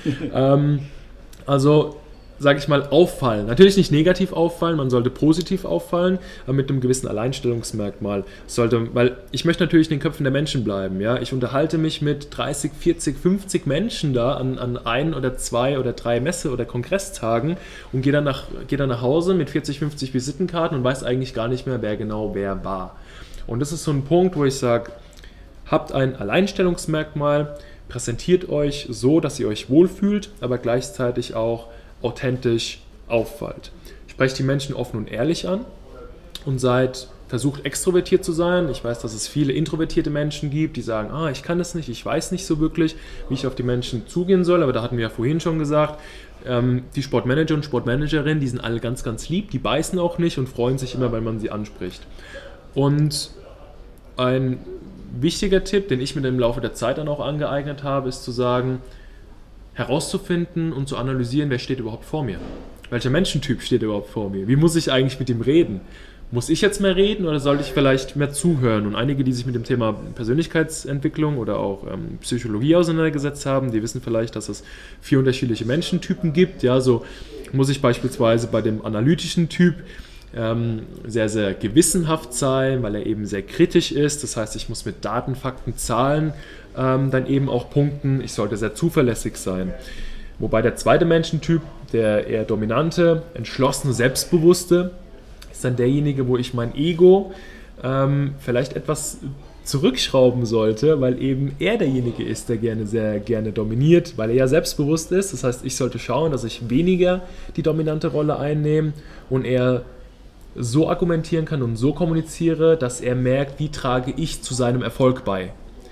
Also, sage ich mal, auffallen. Natürlich nicht negativ auffallen, man sollte positiv auffallen, aber mit einem gewissen Alleinstellungsmerkmal weil ich möchte natürlich in den Köpfen der Menschen bleiben. Ja? Ich unterhalte mich mit 30, 40, 50 Menschen da an 1 oder 2 oder 3 Messe- oder Kongresstagen und gehe dann nach Hause mit 40, 50 Visitenkarten und weiß eigentlich gar nicht mehr, wer war. Und das ist so ein Punkt, wo ich sage, habt ein Alleinstellungsmerkmal, präsentiert euch so, dass ihr euch wohlfühlt, aber gleichzeitig auch authentisch auffällt. Sprecht die Menschen offen und ehrlich an und versucht extrovertiert zu sein. Ich weiß, dass es viele introvertierte Menschen gibt, die sagen, ich kann das nicht, ich weiß nicht so wirklich, wie ich auf die Menschen zugehen soll, aber da hatten wir ja vorhin schon gesagt, die Sportmanager und Sportmanagerinnen, die sind alle ganz, ganz lieb, die beißen auch nicht und freuen sich immer, wenn man sie anspricht. Und ein wichtiger Tipp, den ich mir im Laufe der Zeit dann auch angeeignet habe, ist zu sagen, herauszufinden und zu analysieren, wer steht überhaupt vor mir. Welcher Menschentyp steht überhaupt vor mir? Wie muss ich eigentlich mit ihm reden? Muss ich jetzt mehr reden oder sollte ich vielleicht mehr zuhören? Und einige, die sich mit dem Thema Persönlichkeitsentwicklung oder auch Psychologie auseinandergesetzt haben, die wissen vielleicht, dass es 4 unterschiedliche Menschentypen gibt. Ja, so muss ich beispielsweise bei dem analytischen Typ sehr, sehr gewissenhaft sein, weil er eben sehr kritisch ist. Das heißt, ich muss mit Daten, Fakten, Zahlen dann eben auch punkten. Ich sollte sehr zuverlässig sein. Wobei der zweite Menschentyp, der eher dominante, entschlossene, selbstbewusste, ist dann derjenige, wo ich mein Ego vielleicht etwas zurückschrauben sollte, weil eben er derjenige ist, der sehr gerne dominiert, weil er ja selbstbewusst ist. Das heißt, ich sollte schauen, dass ich weniger die dominante Rolle einnehme und eher so argumentieren kann und so kommuniziere, dass er merkt, wie trage ich zu seinem Erfolg bei.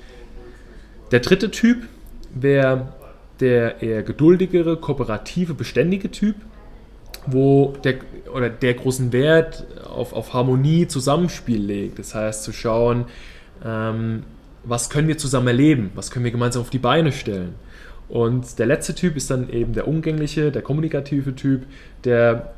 Der dritte Typ wäre der eher geduldigere, kooperative, beständige Typ, wo der großen Wert auf Harmonie, Zusammenspiel legt. Das heißt, zu schauen, was können wir zusammen erleben, was können wir gemeinsam auf die Beine stellen. Und der letzte Typ ist dann eben der umgängliche, der kommunikative Typ, der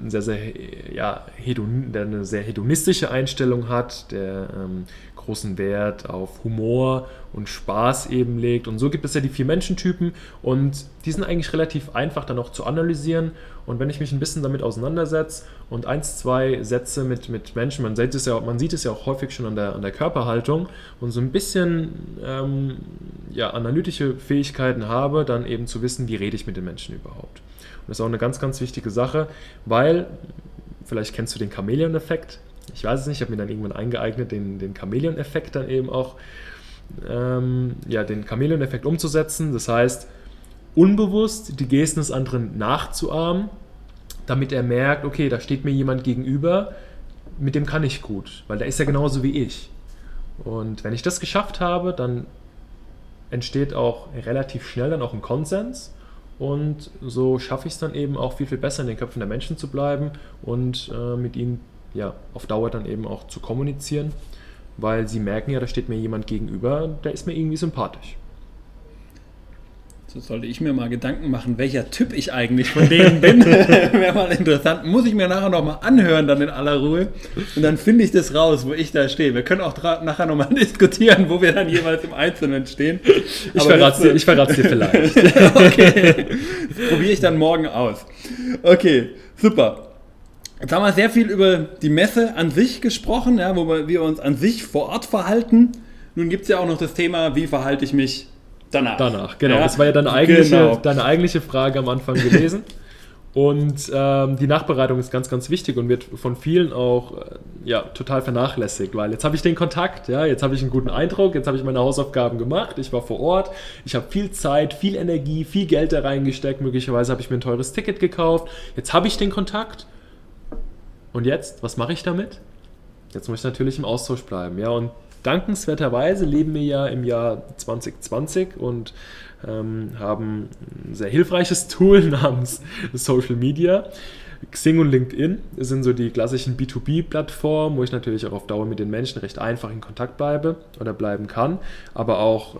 eine sehr hedonistische Einstellung hat, der großen Wert auf Humor und Spaß eben legt. Und so gibt es ja die 4 Menschentypen und die sind eigentlich relativ einfach dann auch zu analysieren. Und wenn ich mich ein bisschen damit auseinandersetze und 1, 2 Sätze mit Menschen, man sieht es ja auch häufig schon an der Körperhaltung und so ein bisschen analytische Fähigkeiten habe, dann eben zu wissen, wie rede ich mit den Menschen überhaupt. Und das ist auch eine ganz, ganz wichtige Sache, weil, vielleicht kennst du den Chamäleon-Effekt, ich weiß es nicht, ich habe mir dann irgendwann eingeeignet, den Chamäleon-Effekt dann eben auch den Chamäleon-Effekt umzusetzen. Das heißt, unbewusst die Gesten des anderen nachzuahmen, damit er merkt, okay, da steht mir jemand gegenüber, mit dem kann ich gut, weil der ist ja genauso wie ich. Und wenn ich das geschafft habe, dann entsteht auch relativ schnell dann auch ein Konsens und so schaffe ich es dann eben auch viel, viel besser in den Köpfen der Menschen zu bleiben und mit ihnen auf Dauer dann eben auch zu kommunizieren, weil sie merken ja, da steht mir jemand gegenüber, der ist mir irgendwie sympathisch. So sollte ich mir mal Gedanken machen, welcher Typ ich eigentlich von denen bin. Wäre mal interessant. Muss ich mir nachher nochmal anhören, dann in aller Ruhe. Und dann finde ich das raus, wo ich da stehe. Wir können auch nachher nochmal diskutieren, wo wir dann jeweils im Einzelnen stehen. Ich verrate es dir vielleicht. Okay, das probiere ich dann morgen aus. Okay, super. Jetzt haben wir sehr viel über die Messe an sich gesprochen, ja, wo wir uns an sich vor Ort verhalten. Nun gibt es ja auch noch das Thema, wie verhalte ich mich danach, genau. Ja, das war ja deine eigentliche Frage am Anfang gewesen. Und die Nachbereitung ist ganz, ganz wichtig und wird von vielen auch total vernachlässigt, weil jetzt habe ich den Kontakt, jetzt habe ich einen guten Eindruck, jetzt habe ich meine Hausaufgaben gemacht, ich war vor Ort, ich habe viel Zeit, viel Energie, viel Geld da reingesteckt, möglicherweise habe ich mir ein teures Ticket gekauft, jetzt habe ich den Kontakt und jetzt, was mache ich damit? Jetzt muss ich natürlich im Austausch bleiben, und dankenswerterweise leben wir ja im Jahr 2020 und haben ein sehr hilfreiches Tool namens Social Media. Xing und LinkedIn sind so die klassischen B2B-Plattformen, wo ich natürlich auch auf Dauer mit den Menschen recht einfach in Kontakt bleiben kann. Aber auch,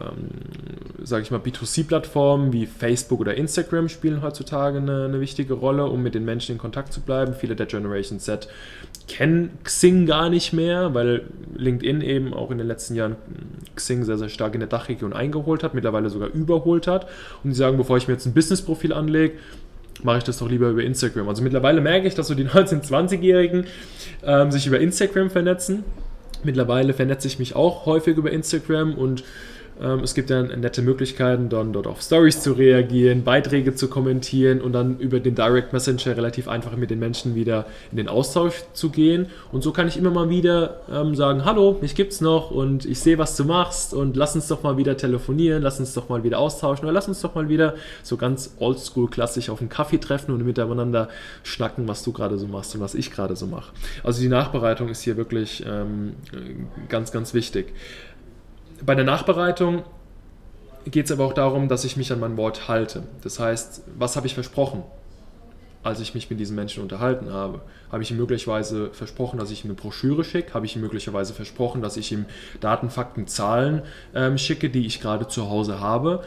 B2C-Plattformen wie Facebook oder Instagram spielen heutzutage eine wichtige Rolle, um mit den Menschen in Kontakt zu bleiben. Viele der Generation Z kennen Xing gar nicht mehr, weil LinkedIn eben auch in den letzten Jahren Xing sehr, sehr stark in der Dachregion eingeholt hat, mittlerweile sogar überholt hat. Und die sagen, bevor ich mir jetzt ein Business-Profil anlege, mache ich das doch lieber über Instagram. Also mittlerweile merke ich, dass so die 19-, 20-Jährigen sich über Instagram vernetzen. Mittlerweile vernetze ich mich auch häufig über Instagram und es gibt dann nette Möglichkeiten, dann dort auf Stories zu reagieren, Beiträge zu kommentieren und dann über den Direct Messenger relativ einfach mit den Menschen wieder in den Austausch zu gehen. Und so kann ich immer mal wieder sagen, hallo, mich gibt's noch und ich sehe, was du machst und lass uns doch mal wieder telefonieren, lass uns doch mal wieder austauschen oder lass uns doch mal wieder so ganz oldschool klassisch auf einen Kaffee treffen und miteinander schnacken, was du gerade so machst und was ich gerade so mache. Also die Nachbereitung ist hier wirklich ganz, ganz wichtig. Bei der Nachbereitung geht es aber auch darum, dass ich mich an mein Wort halte. Das heißt, was habe ich versprochen, als ich mich mit diesen Menschen unterhalten habe? Habe ich ihm möglicherweise versprochen, dass ich ihm eine Broschüre schicke? Habe ich ihm möglicherweise versprochen, dass ich ihm Daten, Fakten, Zahlen schicke, die ich gerade zu Hause habe?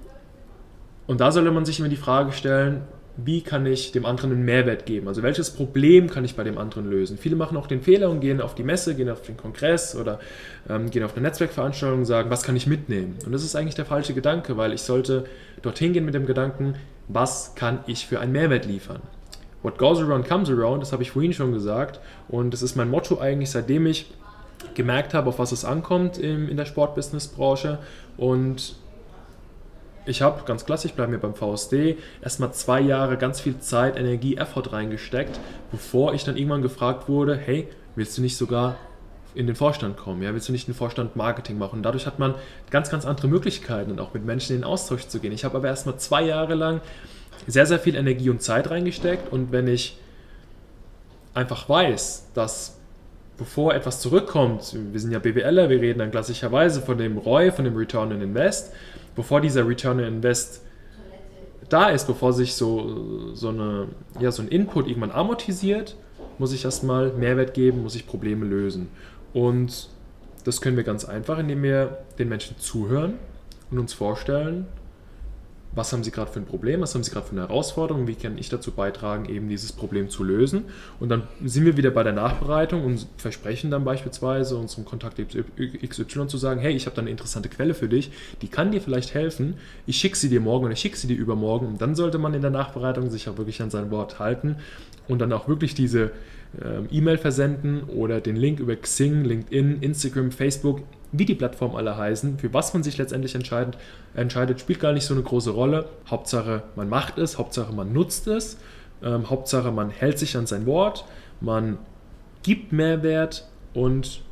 Und da sollte man sich immer die Frage stellen, wie kann ich dem anderen einen Mehrwert geben? Also welches Problem kann ich bei dem anderen lösen? Viele machen auch den Fehler und gehen auf die Messe, gehen auf den Kongress oder gehen auf eine Netzwerkveranstaltung und sagen, was kann ich mitnehmen? Und das ist eigentlich der falsche Gedanke, weil ich sollte dorthin gehen mit dem Gedanken, was kann ich für einen Mehrwert liefern? What goes around comes around, das habe ich vorhin schon gesagt und das ist mein Motto eigentlich, seitdem ich gemerkt habe, auf was es ankommt in der Sportbusiness-Branche und ich habe, ganz klassisch, bleiben wir beim VSD, erstmal 2 Jahre ganz viel Zeit, Energie, Effort reingesteckt, bevor ich dann irgendwann gefragt wurde, hey, willst du nicht sogar in den Vorstand kommen? Ja? Willst du nicht den Vorstand Marketing machen? Und dadurch hat man ganz, ganz andere Möglichkeiten und auch mit Menschen in den Austausch zu gehen. Ich habe aber erstmal 2 Jahre lang sehr, sehr viel Energie und Zeit reingesteckt und wenn ich einfach weiß, dass bevor etwas zurückkommt, wir sind ja BWLer, wir reden dann klassischerweise von dem ROI, von dem Return on Invest, bevor dieser Return on Invest da ist, bevor sich so ein Input irgendwann amortisiert, muss ich erstmal Mehrwert geben, muss ich Probleme lösen. Und das können wir ganz einfach, indem wir den Menschen zuhören und uns vorstellen, was haben sie gerade für ein Problem, was haben sie gerade für eine Herausforderung, wie kann ich dazu beitragen, eben dieses Problem zu lösen. Und dann sind wir wieder bei der Nachbereitung und versprechen dann beispielsweise unserem Kontakt XY zu sagen, hey, ich habe da eine interessante Quelle für dich, die kann dir vielleicht helfen, ich schicke sie dir morgen oder ich schicke sie dir übermorgen. Und dann sollte man in der Nachbereitung sich auch wirklich an sein Wort halten und dann auch wirklich diese E-Mail versenden oder den Link über Xing, LinkedIn, Instagram, Facebook, wie die Plattformen alle heißen, für was man sich letztendlich entscheidet, spielt gar nicht so eine große Rolle. Hauptsache, man macht es, Hauptsache, man nutzt es, Hauptsache, man hält sich an sein Wort, man gibt Mehrwert und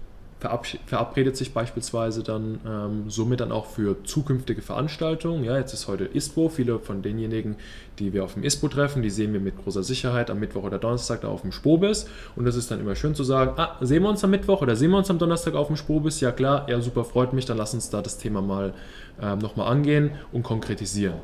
verabredet sich beispielsweise dann somit dann auch für zukünftige Veranstaltungen. Ja, jetzt ist heute ISPO. Viele von denjenigen, die wir auf dem ISPO treffen, die sehen wir mit großer Sicherheit am Mittwoch oder Donnerstag da auf dem Spobis. Und das ist dann immer schön zu sagen, sehen wir uns am Mittwoch oder sehen wir uns am Donnerstag auf dem Spobis? Ja klar, ja super, freut mich, dann lass uns da das Thema mal nochmal angehen und konkretisieren.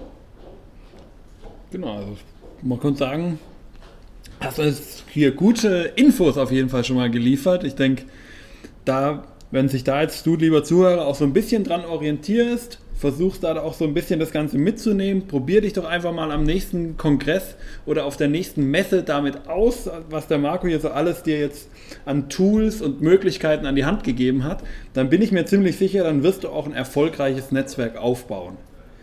Genau, also man könnte sagen, hast du uns hier gute Infos auf jeden Fall schon mal geliefert. Ich denke, wenn sich da jetzt du, lieber Zuhörer, auch so ein bisschen dran orientierst, versuchst da auch so ein bisschen das Ganze mitzunehmen, probier dich doch einfach mal am nächsten Kongress oder auf der nächsten Messe damit aus, was der Marco hier so alles dir jetzt an Tools und Möglichkeiten an die Hand gegeben hat. Dann bin ich mir ziemlich sicher, dann wirst du auch ein erfolgreiches Netzwerk aufbauen.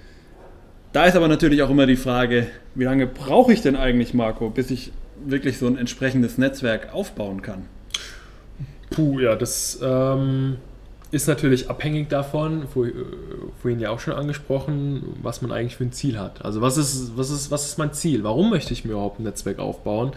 Da ist aber natürlich auch immer die Frage, wie lange brauche ich denn eigentlich, Marco, bis ich wirklich so ein entsprechendes Netzwerk aufbauen kann? Ja, das ist natürlich abhängig davon, vorhin ja auch schon angesprochen, was man eigentlich für ein Ziel hat. Also was ist mein Ziel? Warum möchte ich mir überhaupt ein Netzwerk aufbauen?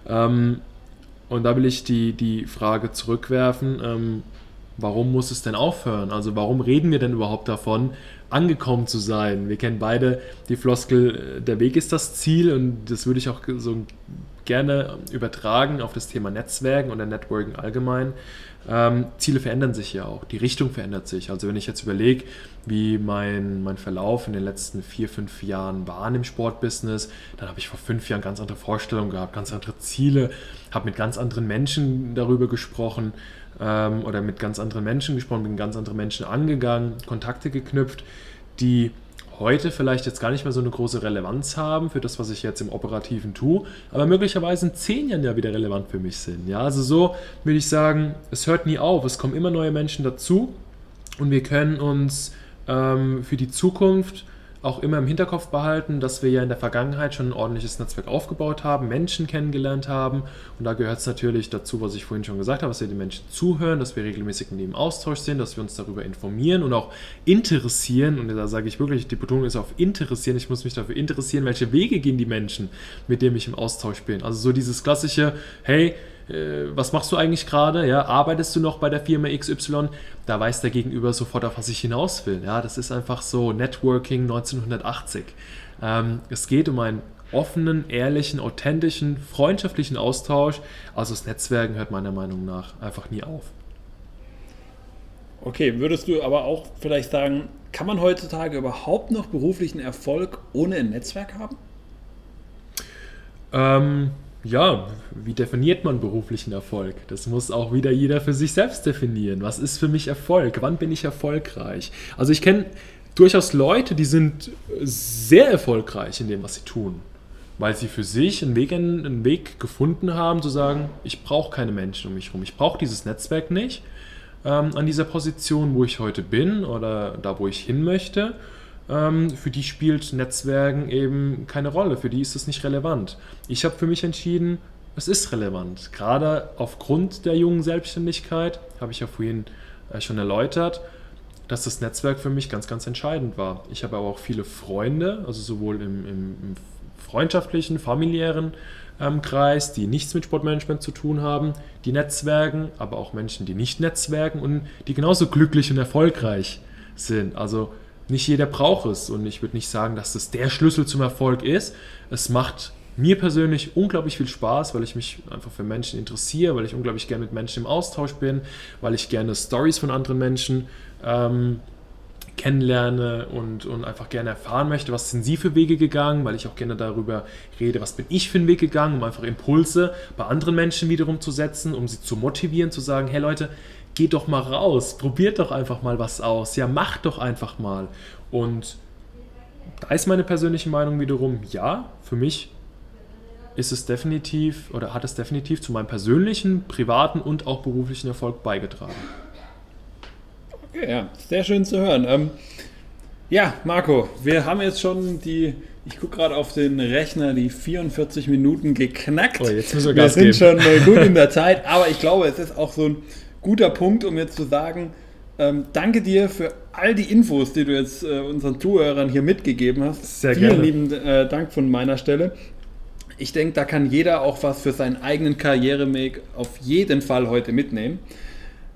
Und da will ich die Frage zurückwerfen, warum muss es denn aufhören? Also warum reden wir denn überhaupt davon, angekommen zu sein? Wir kennen beide die Floskel, der Weg ist das Ziel, und das würde ich auch so gerne übertragen auf das Thema Netzwerken oder Networking allgemein. Ziele verändern sich ja auch, die Richtung verändert sich. Also wenn ich jetzt überlege, wie mein Verlauf in den letzten 4-5 Jahren war im Sportbusiness, dann habe ich vor 5 Jahren ganz andere Vorstellungen gehabt, ganz andere Ziele, habe mit ganz anderen Menschen darüber gesprochen oder mit ganz anderen Menschen gesprochen, bin ganz andere Menschen angegangen, Kontakte geknüpft, die heute vielleicht jetzt gar nicht mehr so eine große Relevanz haben für das, was ich jetzt im Operativen tue, aber möglicherweise in 10 Jahren ja wieder relevant für mich sind. Ja, also so würde ich sagen, es hört nie auf, es kommen immer neue Menschen dazu und wir können uns für die Zukunft auch immer im Hinterkopf behalten, dass wir ja in der Vergangenheit schon ein ordentliches Netzwerk aufgebaut haben, Menschen kennengelernt haben, und da gehört es natürlich dazu, was ich vorhin schon gesagt habe, dass wir den Menschen zuhören, dass wir regelmäßig in dem Austausch sind, dass wir uns darüber informieren und auch interessieren, und da sage ich wirklich, die Betonung ist auf interessieren, ich muss mich dafür interessieren, welche Wege gehen die Menschen, mit denen ich im Austausch bin. Also so dieses klassische, hey, was machst du eigentlich gerade? Ja, arbeitest du noch bei der Firma XY? Da weiß der Gegenüber sofort, auf was ich hinaus will. Ja, das ist einfach so Networking 1980. Es geht um einen offenen, ehrlichen, authentischen, freundschaftlichen Austausch. Also das Netzwerken hört meiner Meinung nach einfach nie auf. Okay, würdest du aber auch vielleicht sagen, kann man heutzutage überhaupt noch beruflichen Erfolg ohne ein Netzwerk haben? Ja, wie definiert man beruflichen Erfolg? Das muss auch wieder jeder für sich selbst definieren. Was ist für mich Erfolg? Wann bin ich erfolgreich? Also ich kenne durchaus Leute, die sind sehr erfolgreich in dem, was sie tun, weil sie für sich einen Weg gefunden haben, zu sagen, ich brauche keine Menschen um mich herum, ich brauche dieses Netzwerk nicht an dieser Position, wo ich heute bin oder da, wo ich hin möchte. Für die spielt Netzwerken eben keine Rolle, für die ist es nicht relevant. Ich habe für mich entschieden, es ist relevant. Gerade aufgrund der jungen Selbstständigkeit, habe ich ja vorhin schon erläutert, dass das Netzwerk für mich ganz, ganz entscheidend war. Ich habe aber auch viele Freunde, also sowohl im freundschaftlichen, familiären Kreis, die nichts mit Sportmanagement zu tun haben, die netzwerken, aber auch Menschen, die nicht netzwerken und die genauso glücklich und erfolgreich sind. Also nicht jeder braucht es, und ich würde nicht sagen, dass das der Schlüssel zum Erfolg ist. Es macht mir persönlich unglaublich viel Spaß, weil ich mich einfach für Menschen interessiere, weil ich unglaublich gerne mit Menschen im Austausch bin, weil ich gerne Stories von anderen Menschen kennenlerne und einfach gerne erfahren möchte, was sind sie für Wege gegangen, weil ich auch gerne darüber rede, was bin ich für einen Weg gegangen, um einfach Impulse bei anderen Menschen wiederum zu setzen, um sie zu motivieren, zu sagen, hey Leute, geht doch mal raus, probiert doch einfach mal was aus, ja, macht doch einfach mal. Und da ist meine persönliche Meinung wiederum, ja, für mich ist es definitiv oder hat es definitiv zu meinem persönlichen, privaten und auch beruflichen Erfolg beigetragen. Okay, ja, sehr schön zu hören. Ja, Marco, wir haben jetzt schon ich gucke gerade auf den Rechner, die 44 Minuten geknackt. Oh, jetzt müssen wir Gas geben. Wir sind schon gut in der Zeit, aber ich glaube, es ist auch so ein guter Punkt, um jetzt zu sagen, danke dir für all die Infos, die du jetzt unseren Zuhörern hier mitgegeben hast. Sehr gerne. Vielen lieben Dank von meiner Stelle. Ich denke, da kann jeder auch was für seinen eigenen Karriereweg auf jeden Fall heute mitnehmen.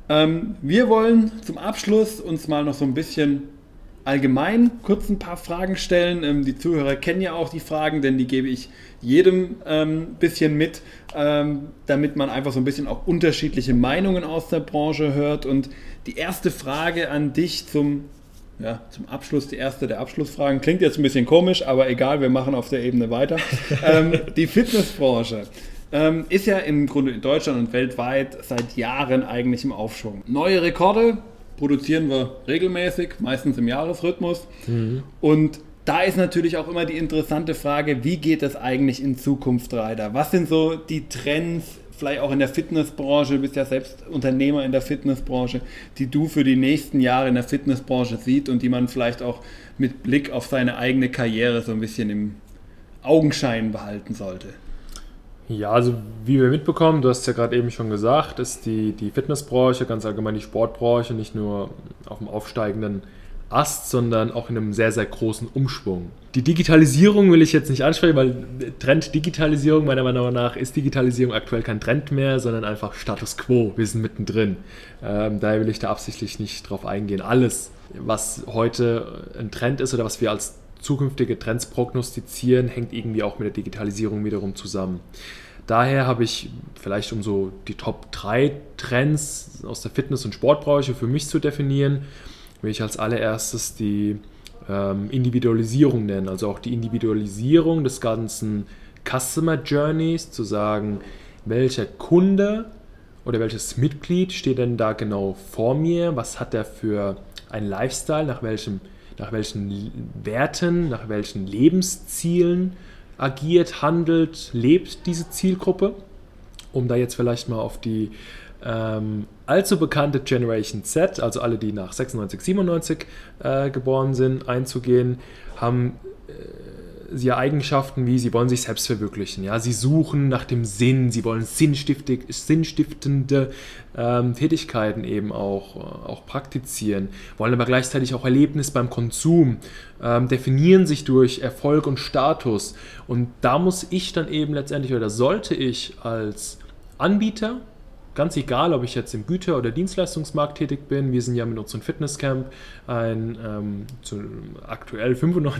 Wir wollen zum Abschluss uns mal noch so ein bisschen allgemein kurz ein paar Fragen stellen. Die Zuhörer kennen ja auch die Fragen, denn die gebe ich jedem bisschen mit, damit man einfach so ein bisschen auch unterschiedliche Meinungen aus der Branche hört. Und die erste Frage an dich zum Abschluss, die erste der Abschlussfragen, klingt jetzt ein bisschen komisch, aber egal, wir machen auf der Ebene weiter. Die Fitnessbranche ist ja im Grunde in Deutschland und weltweit seit Jahren eigentlich im Aufschwung. Neue Rekorde produzieren wir regelmäßig, meistens im Jahresrhythmus. Und da ist natürlich auch immer die interessante Frage, wie geht es eigentlich in Zukunft weiter? Was sind so die Trends, vielleicht auch in der Fitnessbranche, du bist ja selbst Unternehmer in der Fitnessbranche, die du für die nächsten Jahre in der Fitnessbranche siehst und die man vielleicht auch mit Blick auf seine eigene Karriere so ein bisschen im Augenschein behalten sollte? Ja, also wie wir mitbekommen, du hast es ja gerade eben schon gesagt, ist die Fitnessbranche, ganz allgemein die Sportbranche, nicht nur auf dem aufsteigenden Ast, sondern auch in einem sehr, sehr großen Umschwung. Die Digitalisierung will ich jetzt nicht ansprechen, weil Trend Digitalisierung, meiner Meinung nach, ist Digitalisierung aktuell kein Trend mehr, sondern einfach Status Quo. Wir sind mittendrin. Daher will ich da absichtlich nicht drauf eingehen. Alles, was heute ein Trend ist oder was wir als zukünftige Trends prognostizieren, hängt irgendwie auch mit der Digitalisierung wiederum zusammen. Daher habe ich vielleicht, um so die Top 3 Trends aus der Fitness- und Sportbranche für mich zu definieren, will ich als allererstes die Individualisierung nennen, also auch die Individualisierung des ganzen Customer Journeys, zu sagen, welcher Kunde oder welches Mitglied steht denn da genau vor mir, was hat er für einen Lifestyle, nach welchen Werten, nach welchen Lebenszielen agiert, handelt, lebt diese Zielgruppe, um da jetzt vielleicht mal auf die allzu bekannte Generation Z, also alle, die nach 96, 97 geboren sind, einzugehen, haben sie Eigenschaften wie, sie wollen sich selbst verwirklichen. Ja? Sie suchen nach dem Sinn, sie wollen sinnstiftende Tätigkeiten eben auch praktizieren, wollen aber gleichzeitig auch Erlebnis beim Konsum, definieren sich durch Erfolg und Status. Und da muss ich dann eben letztendlich, oder sollte ich als Anbieter, ganz egal, ob ich jetzt im Güter- oder Dienstleistungsmarkt tätig bin, wir sind ja mit unserem Fitnesscamp aktuell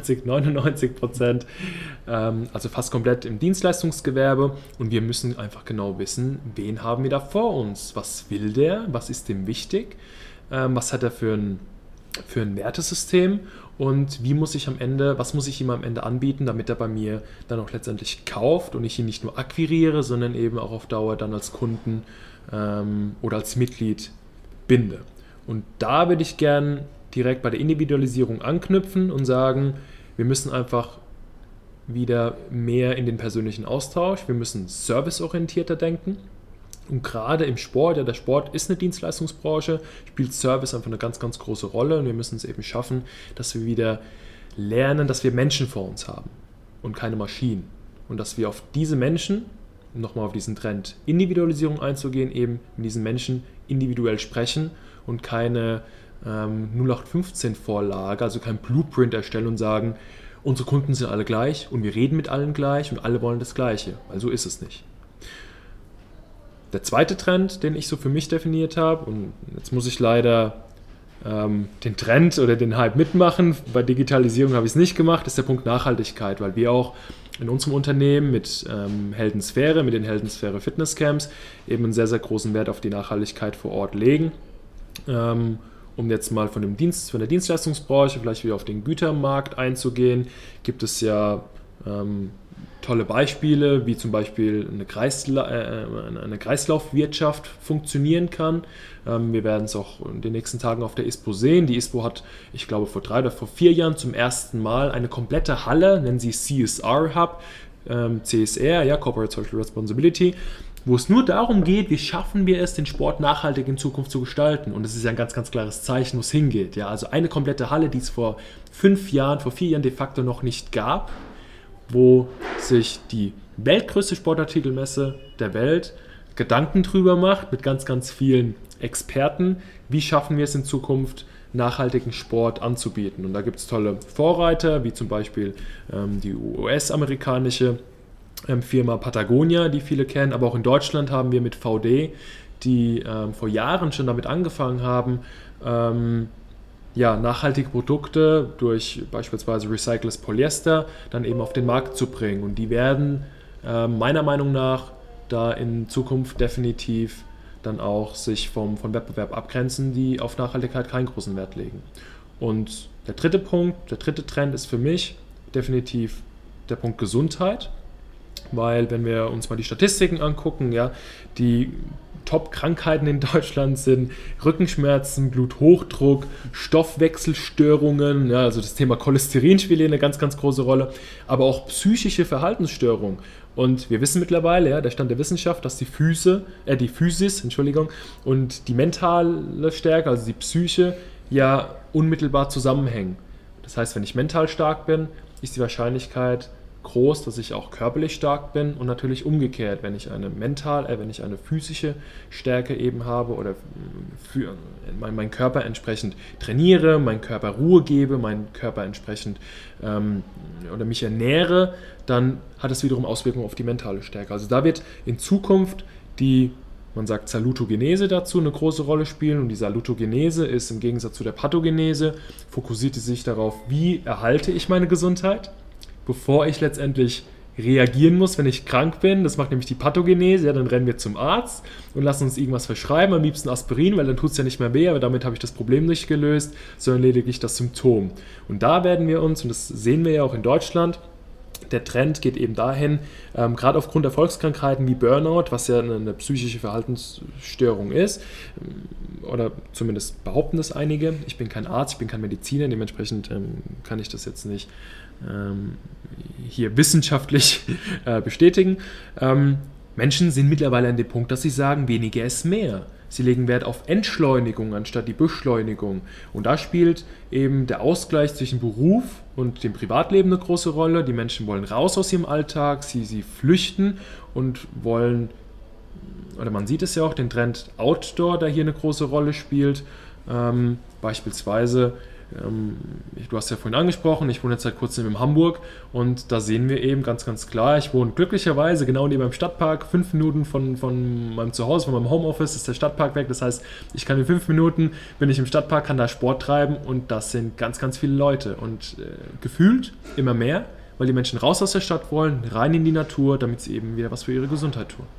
95-99%, also fast komplett im Dienstleistungsgewerbe, und wir müssen einfach genau wissen, wen haben wir da vor uns, was will der, was ist dem wichtig, was hat er für ein Wertesystem und was muss ich ihm am Ende anbieten, damit er bei mir dann auch letztendlich kauft und ich ihn nicht nur akquiriere, sondern eben auch auf Dauer dann als Kunden oder als Mitglied binde. Und da würde ich gern direkt bei der Individualisierung anknüpfen und sagen, wir müssen einfach wieder mehr in den persönlichen Austausch, wir müssen serviceorientierter denken. Und gerade im Sport, ja, der Sport ist eine Dienstleistungsbranche, spielt Service einfach eine ganz, ganz große Rolle und wir müssen es eben schaffen, dass wir wieder lernen, dass wir Menschen vor uns haben und keine Maschinen. Und dass wir auf diese Menschen, um nochmal auf diesen Trend Individualisierung einzugehen, eben mit diesen Menschen individuell sprechen und keine 0815-Vorlage, also kein Blueprint erstellen und sagen, unsere Kunden sind alle gleich und wir reden mit allen gleich und alle wollen das Gleiche, weil so ist es nicht. Der zweite Trend, den ich so für mich definiert habe, und jetzt muss ich leider den Trend oder den Hype mitmachen, bei Digitalisierung habe ich es nicht gemacht, ist der Punkt Nachhaltigkeit, weil wir auch in unserem Unternehmen mit Heldensphäre, mit den Heldensphäre Fitnesscamps eben einen sehr, sehr großen Wert auf die Nachhaltigkeit vor Ort legen. Um jetzt mal von der Dienstleistungsbranche vielleicht wieder auf den Gütermarkt einzugehen, gibt es ja tolle Beispiele, wie zum Beispiel eine Kreislaufwirtschaft funktionieren kann. Wir werden es auch in den nächsten Tagen auf der ISPO sehen. Die ISPO hat, ich glaube, vor 3 oder vor 4 Jahren zum ersten Mal eine komplette Halle, nennen sie CSR Hub, CSR, ja, Corporate Social Responsibility, wo es nur darum geht, wie schaffen wir es, den Sport nachhaltig in Zukunft zu gestalten. Und das ist ja ein ganz, ganz klares Zeichen, wo es hingeht. Ja, also eine komplette Halle, die es vor 4 Jahren de facto noch nicht gab, wo sich die weltgrößte Sportartikelmesse der Welt Gedanken drüber macht, mit ganz, ganz vielen Experten, wie schaffen wir es in Zukunft, nachhaltigen Sport anzubieten. Und da gibt es tolle Vorreiter, wie zum Beispiel die US-amerikanische Firma Patagonia, die viele kennen, aber auch in Deutschland haben wir mit VD die vor Jahren schon damit angefangen haben, nachhaltige Produkte durch beispielsweise recyceltes Polyester dann eben auf den Markt zu bringen. Und die werden meiner Meinung nach da in Zukunft definitiv dann auch sich vom Wettbewerb abgrenzen, die auf Nachhaltigkeit keinen großen Wert legen. Und der dritte Trend ist für mich definitiv der Punkt Gesundheit, weil wenn wir uns mal die Statistiken angucken, ja, die Top-Krankheiten in Deutschland sind Rückenschmerzen, Bluthochdruck, Stoffwechselstörungen, ja, also das Thema Cholesterin spielt hier eine ganz, ganz große Rolle, aber auch psychische Verhaltensstörungen. Und wir wissen mittlerweile, ja, der Stand der Wissenschaft, dass die Physis und die mentale Stärke, also die Psyche, ja unmittelbar zusammenhängen. Das heißt, wenn ich mental stark bin, ist die Wahrscheinlichkeit groß, dass ich auch körperlich stark bin und natürlich umgekehrt, wenn ich eine physische Stärke eben habe oder meinen Körper entsprechend trainiere, meinen Körper Ruhe gebe, meinen Körper entsprechend oder mich ernähre, dann hat es wiederum Auswirkungen auf die mentale Stärke. Also da wird in Zukunft man sagt Salutogenese dazu, eine große Rolle spielen, und die Salutogenese ist im Gegensatz zu der Pathogenese, fokussiert sich darauf, wie erhalte ich meine Gesundheit, bevor ich letztendlich reagieren muss, wenn ich krank bin. Das macht nämlich die Pathogenese, ja, dann rennen wir zum Arzt und lassen uns irgendwas verschreiben, am liebsten Aspirin, weil dann tut es ja nicht mehr weh, aber damit habe ich das Problem nicht gelöst, sondern lediglich das Symptom. Und da werden wir uns, und das sehen wir ja auch in Deutschland, der Trend geht eben dahin, gerade aufgrund der Volkskrankheiten wie Burnout, was ja eine psychische Verhaltensstörung ist, oder zumindest behaupten das einige. Ich bin kein Arzt, ich bin kein Mediziner, dementsprechend kann ich das jetzt nicht hier wissenschaftlich bestätigen. Menschen sind mittlerweile an dem Punkt, dass sie sagen, weniger ist mehr. Sie legen Wert auf Entschleunigung anstatt die Beschleunigung. Und da spielt eben der Ausgleich zwischen Beruf und dem Privatleben eine große Rolle. Die Menschen wollen raus aus ihrem Alltag, sie flüchten und wollen, oder man sieht es ja auch, den Trend Outdoor, der hier eine große Rolle spielt. Beispielsweise, du hast ja vorhin angesprochen, ich wohne jetzt seit kurzem in Hamburg, und da sehen wir eben ganz, ganz klar, ich wohne glücklicherweise genau neben einem Stadtpark, 5 Minuten von meinem Zuhause, von meinem Homeoffice ist der Stadtpark weg, das heißt, ich kann in 5 Minuten, bin ich im Stadtpark, kann da Sport treiben, und das sind ganz, ganz viele Leute, und gefühlt immer mehr, weil die Menschen raus aus der Stadt wollen, rein in die Natur, damit sie eben wieder was für ihre Gesundheit tun.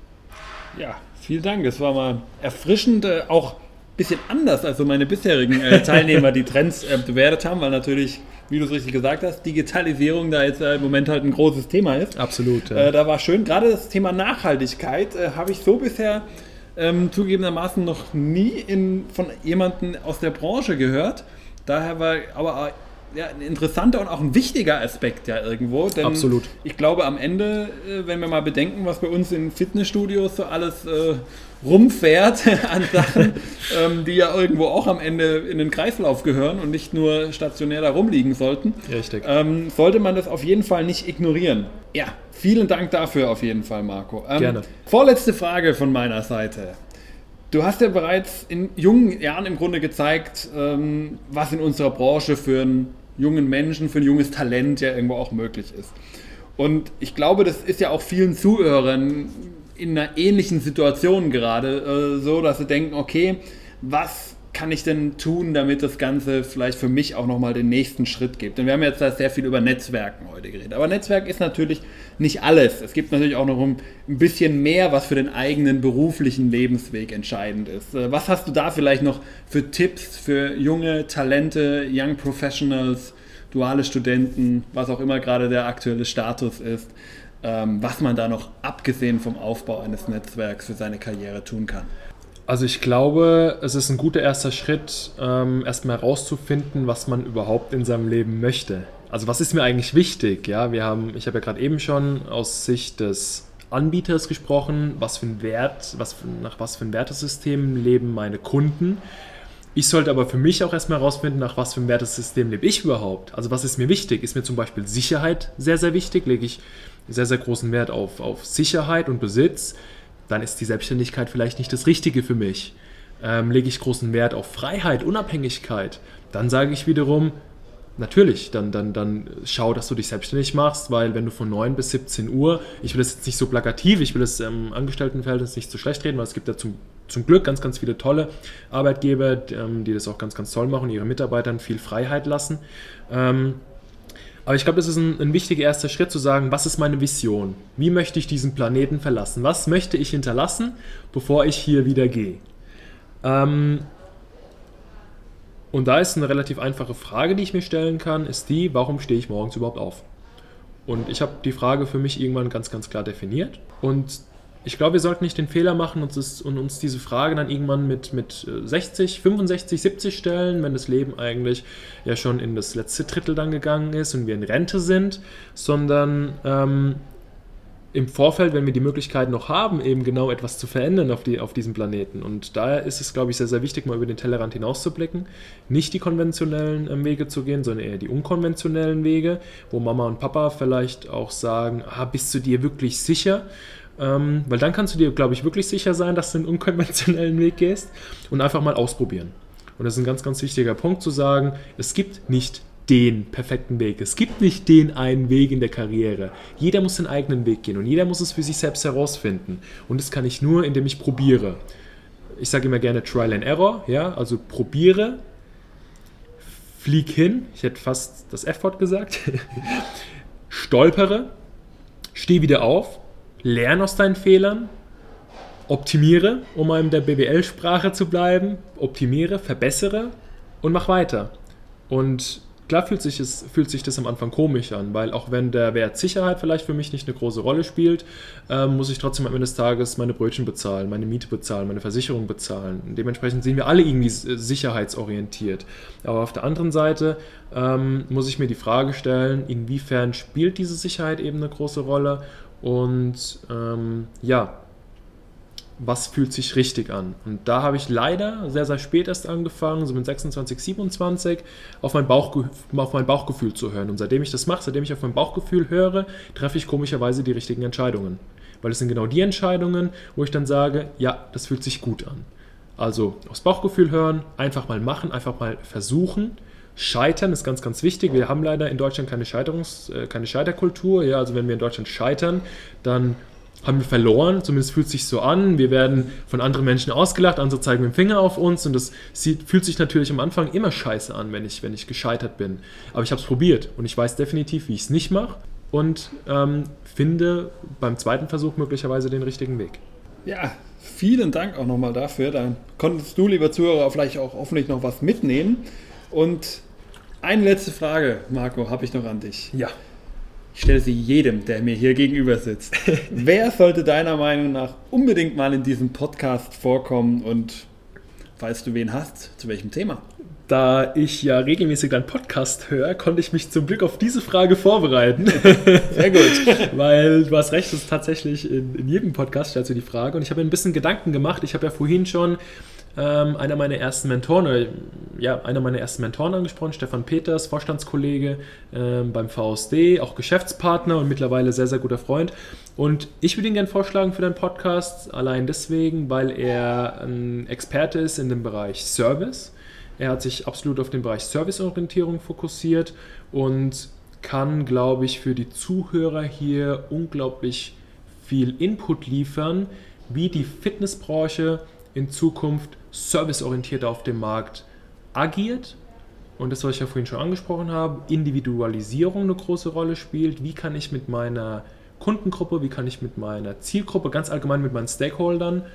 Ja, vielen Dank, das war mal erfrischend, auch bisschen anders als so meine bisherigen Teilnehmer, die Trends bewertet haben, weil natürlich, wie du es richtig gesagt hast, Digitalisierung da jetzt im Moment halt ein großes Thema ist. Absolut. Ja. Da war schön, gerade das Thema Nachhaltigkeit habe ich so bisher zugegebenermaßen noch nie von jemandem aus der Branche gehört. Daher war aber ein interessanter und auch ein wichtiger Aspekt ja irgendwo. Denn absolut. Ich glaube am Ende, wenn wir mal bedenken, was bei uns in Fitnessstudios so alles rumfährt an Sachen, die ja irgendwo auch am Ende in den Kreislauf gehören und nicht nur stationär da rumliegen sollten, richtig. Sollte man das auf jeden Fall nicht ignorieren. Ja, vielen Dank dafür auf jeden Fall, Marco. Gerne. Vorletzte Frage von meiner Seite. Du hast ja bereits in jungen Jahren im Grunde gezeigt, was in unserer Branche für einen jungen Menschen, für ein junges Talent ja irgendwo auch möglich ist. Und ich glaube, das ist ja auch vielen Zuhörern in einer ähnlichen Situation gerade so, dass sie denken, okay, was kann ich denn tun, damit das Ganze vielleicht für mich auch nochmal den nächsten Schritt gibt? Denn wir haben jetzt da sehr viel über Netzwerken heute geredet. Aber Netzwerk ist natürlich nicht alles. Es gibt natürlich auch noch ein bisschen mehr, was für den eigenen beruflichen Lebensweg entscheidend ist. Was hast du da vielleicht noch für Tipps für junge Talente, Young Professionals, duale Studenten, was auch immer gerade der aktuelle Status ist, was man da noch abgesehen vom Aufbau eines Netzwerks für seine Karriere tun kann? Also ich glaube, es ist ein guter erster Schritt, erstmal herauszufinden, was man überhaupt in seinem Leben möchte. Also was ist mir eigentlich wichtig? Ja, ich habe ja gerade eben schon aus Sicht des Anbieters gesprochen, nach was für ein Wertesystem leben meine Kunden. Ich sollte aber für mich auch erstmal herausfinden, nach was für ein Wertesystem lebe ich überhaupt. Also was ist mir wichtig? Ist mir zum Beispiel Sicherheit sehr, sehr wichtig? Lege ich sehr, sehr großen Wert auf Sicherheit und Besitz? Dann ist die Selbstständigkeit vielleicht nicht das Richtige für mich. Lege ich großen Wert auf Freiheit, Unabhängigkeit? Dann sage ich wiederum, natürlich, dann schau, dass du dich selbstständig machst, weil wenn du von 9 bis 17 Uhr, ich will das jetzt nicht so plakativ, ich will das Angestelltenverhältnis nicht so schlecht reden, weil es gibt ja zum Glück ganz, ganz viele tolle Arbeitgeber, die das auch ganz, ganz toll machen und ihre Mitarbeitern viel Freiheit lassen. Aber ich glaube, das ist ein wichtiger erster Schritt zu sagen, was ist meine Vision? Wie möchte ich diesen Planeten verlassen? Was möchte ich hinterlassen, bevor ich hier wieder gehe? Und da ist eine relativ einfache Frage, die ich mir stellen kann, ist die, warum stehe ich morgens überhaupt auf? Und ich habe die Frage für mich irgendwann ganz, ganz klar definiert. Und ich glaube, wir sollten nicht den Fehler machen und uns diese Frage dann irgendwann mit 60, 65, 70 stellen, wenn das Leben eigentlich ja schon in das letzte Drittel dann gegangen ist und wir in Rente sind, sondern im Vorfeld, wenn wir die Möglichkeit noch haben, eben genau etwas zu verändern auf diesem Planeten. Und daher ist es, glaube ich, sehr, sehr wichtig, mal über den Tellerrand hinauszublicken, nicht die konventionellen Wege zu gehen, sondern eher die unkonventionellen Wege, wo Mama und Papa vielleicht auch sagen, bist du dir wirklich sicher? Weil dann kannst du dir, glaube ich, wirklich sicher sein, dass du einen unkonventionellen Weg gehst und einfach mal ausprobieren. Und das ist ein ganz, ganz wichtiger Punkt zu sagen, es gibt nicht den perfekten Weg. Es gibt nicht den einen Weg in der Karriere. Jeder muss den eigenen Weg gehen und jeder muss es für sich selbst herausfinden. Und das kann ich nur, indem ich probiere. Ich sage immer gerne Trial and Error, ja, also probiere, flieg hin, ich hätte fast das F-Wort gesagt, stolpere, steh wieder auf, lerne aus deinen Fehlern, optimiere, um mal in der BWL-Sprache zu bleiben, optimiere, verbessere und mach weiter. Und klar fühlt sich das am Anfang komisch an, weil auch wenn der Wert Sicherheit vielleicht für mich nicht eine große Rolle spielt, muss ich trotzdem am Ende des Tages meine Brötchen bezahlen, meine Miete bezahlen, meine Versicherung bezahlen. Und dementsprechend sind wir alle irgendwie sicherheitsorientiert. Aber auf der anderen Seite muss ich mir die Frage stellen, inwiefern spielt diese Sicherheit eben eine große Rolle und was fühlt sich richtig an? Und da habe ich leider sehr, sehr spät erst angefangen, so mit 26, 27, auf mein Bauchgefühl zu hören. Und seitdem ich das mache, seitdem ich auf mein Bauchgefühl höre, treffe ich komischerweise die richtigen Entscheidungen. Weil es sind genau die Entscheidungen, wo ich dann sage, ja, das fühlt sich gut an. Also aufs Bauchgefühl hören, einfach mal machen, einfach mal versuchen. Scheitern ist ganz, ganz wichtig. Wir haben leider in Deutschland keine Scheiterkultur. Ja, also wenn wir in Deutschland scheitern, dann haben wir verloren, zumindest fühlt es sich so an. Wir werden von anderen Menschen ausgelacht, andere zeigen mit dem Finger auf uns und das fühlt sich natürlich am Anfang immer scheiße an, wenn ich gescheitert bin. Aber ich habe es probiert und ich weiß definitiv, wie ich es nicht mache und finde beim zweiten Versuch möglicherweise den richtigen Weg. Ja, vielen Dank auch nochmal dafür. Dann konntest du, lieber Zuhörer, vielleicht auch hoffentlich noch was mitnehmen. Und eine letzte Frage, Marco, habe ich noch an dich. Ja. Ich stelle sie jedem, der mir hier gegenüber sitzt. Wer sollte deiner Meinung nach unbedingt mal in diesem Podcast vorkommen und falls du wen hast, zu welchem Thema? Da ich ja regelmäßig deinen Podcast höre, konnte ich mich zum Glück auf diese Frage vorbereiten. Sehr gut. Weil du hast recht, das ist tatsächlich in jedem Podcast stellst du die Frage und ich habe mir ein bisschen Gedanken gemacht. Ich habe ja vorhin schon einer meiner ersten Mentoren angesprochen, Stefan Peters, Vorstandskollege beim VSD, auch Geschäftspartner und mittlerweile sehr, sehr guter Freund. Und ich würde ihn gerne vorschlagen für deinen Podcast, allein deswegen, weil er ein Experte ist in dem Bereich Service. Er hat sich absolut auf den Bereich Serviceorientierung fokussiert und kann, glaube ich, für die Zuhörer hier unglaublich viel Input liefern, wie die Fitnessbranche in Zukunft serviceorientierter auf dem Markt agiert. Und das, was ich ja vorhin schon angesprochen habe, Individualisierung eine große Rolle spielt. Wie kann ich mit meiner Kundengruppe, wie kann ich mit meiner Zielgruppe, ganz allgemein mit meinen Stakeholdern,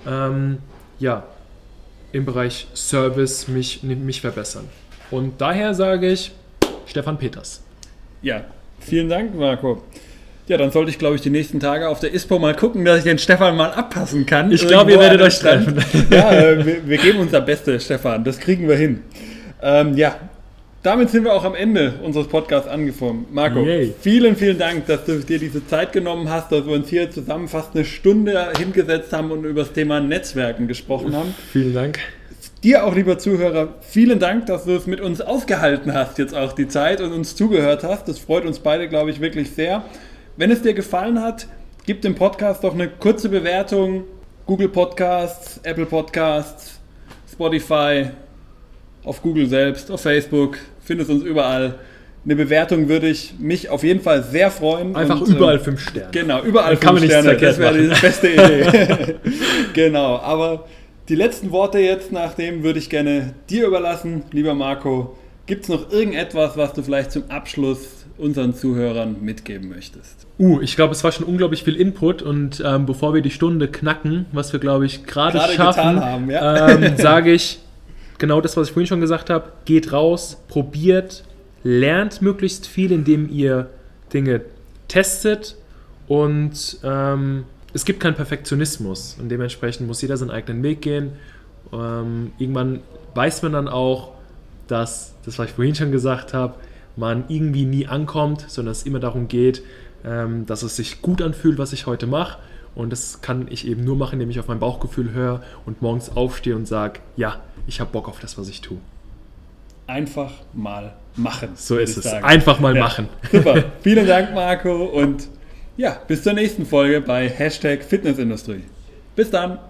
im Bereich Service mich verbessern. Und daher sage ich Stefan Peters. Ja, vielen Dank, Marco. Ja, dann sollte ich, glaube ich, die nächsten Tage auf der ISPO mal gucken, dass ich den Stefan mal abpassen kann. Ich glaube, ihr werdet euch treffen. Ja, wir geben unser Bestes, Stefan. Das kriegen wir hin. Damit sind wir auch am Ende unseres Podcasts angekommen. Marco, vielen, vielen Dank, dass du dir diese Zeit genommen hast, dass wir uns hier zusammen fast eine Stunde hingesetzt haben und über das Thema Netzwerken gesprochen haben. Vielen Dank. Dir auch, lieber Zuhörer, vielen Dank, dass du es mit uns ausgehalten hast, jetzt auch die Zeit und uns zugehört hast. Das freut uns beide, glaube ich, wirklich sehr. Wenn es dir gefallen hat, gib dem Podcast doch eine kurze Bewertung. Google Podcasts, Apple Podcasts, Spotify, auf Google selbst, auf Facebook. findest uns überall. Eine Bewertung würde ich mich auf jeden Fall sehr freuen. Einfach und, überall 5 Sterne. Genau, überall dann 5 Sterne. Das wäre die beste Idee. Genau, aber die letzten Worte jetzt nach dem würde ich gerne dir überlassen, lieber Marco. Gibt es noch irgendetwas, was du vielleicht zum Abschluss unseren Zuhörern mitgeben möchtest? Ich glaube, es war schon unglaublich viel Input und bevor wir die Stunde knacken, was wir, glaube ich, gerade schaffen, haben, ja. Sage ich genau das, was ich vorhin schon gesagt habe. Geht raus, probiert, lernt möglichst viel, indem ihr Dinge testet und es gibt keinen Perfektionismus und dementsprechend muss jeder seinen eigenen Weg gehen. Irgendwann weiß man dann auch, dass, das was ich vorhin schon gesagt habe, man irgendwie nie ankommt, sondern es immer darum geht, dass es sich gut anfühlt, was ich heute mache. Und das kann ich eben nur machen, indem ich auf mein Bauchgefühl höre und morgens aufstehe und sage, ja, ich habe Bock auf das, was ich tue. Einfach mal machen. So ist es. Sagen. Einfach mal machen. Super. Vielen Dank, Marco. Und ja, bis zur nächsten Folge bei #Fitnessindustrie. Bis dann.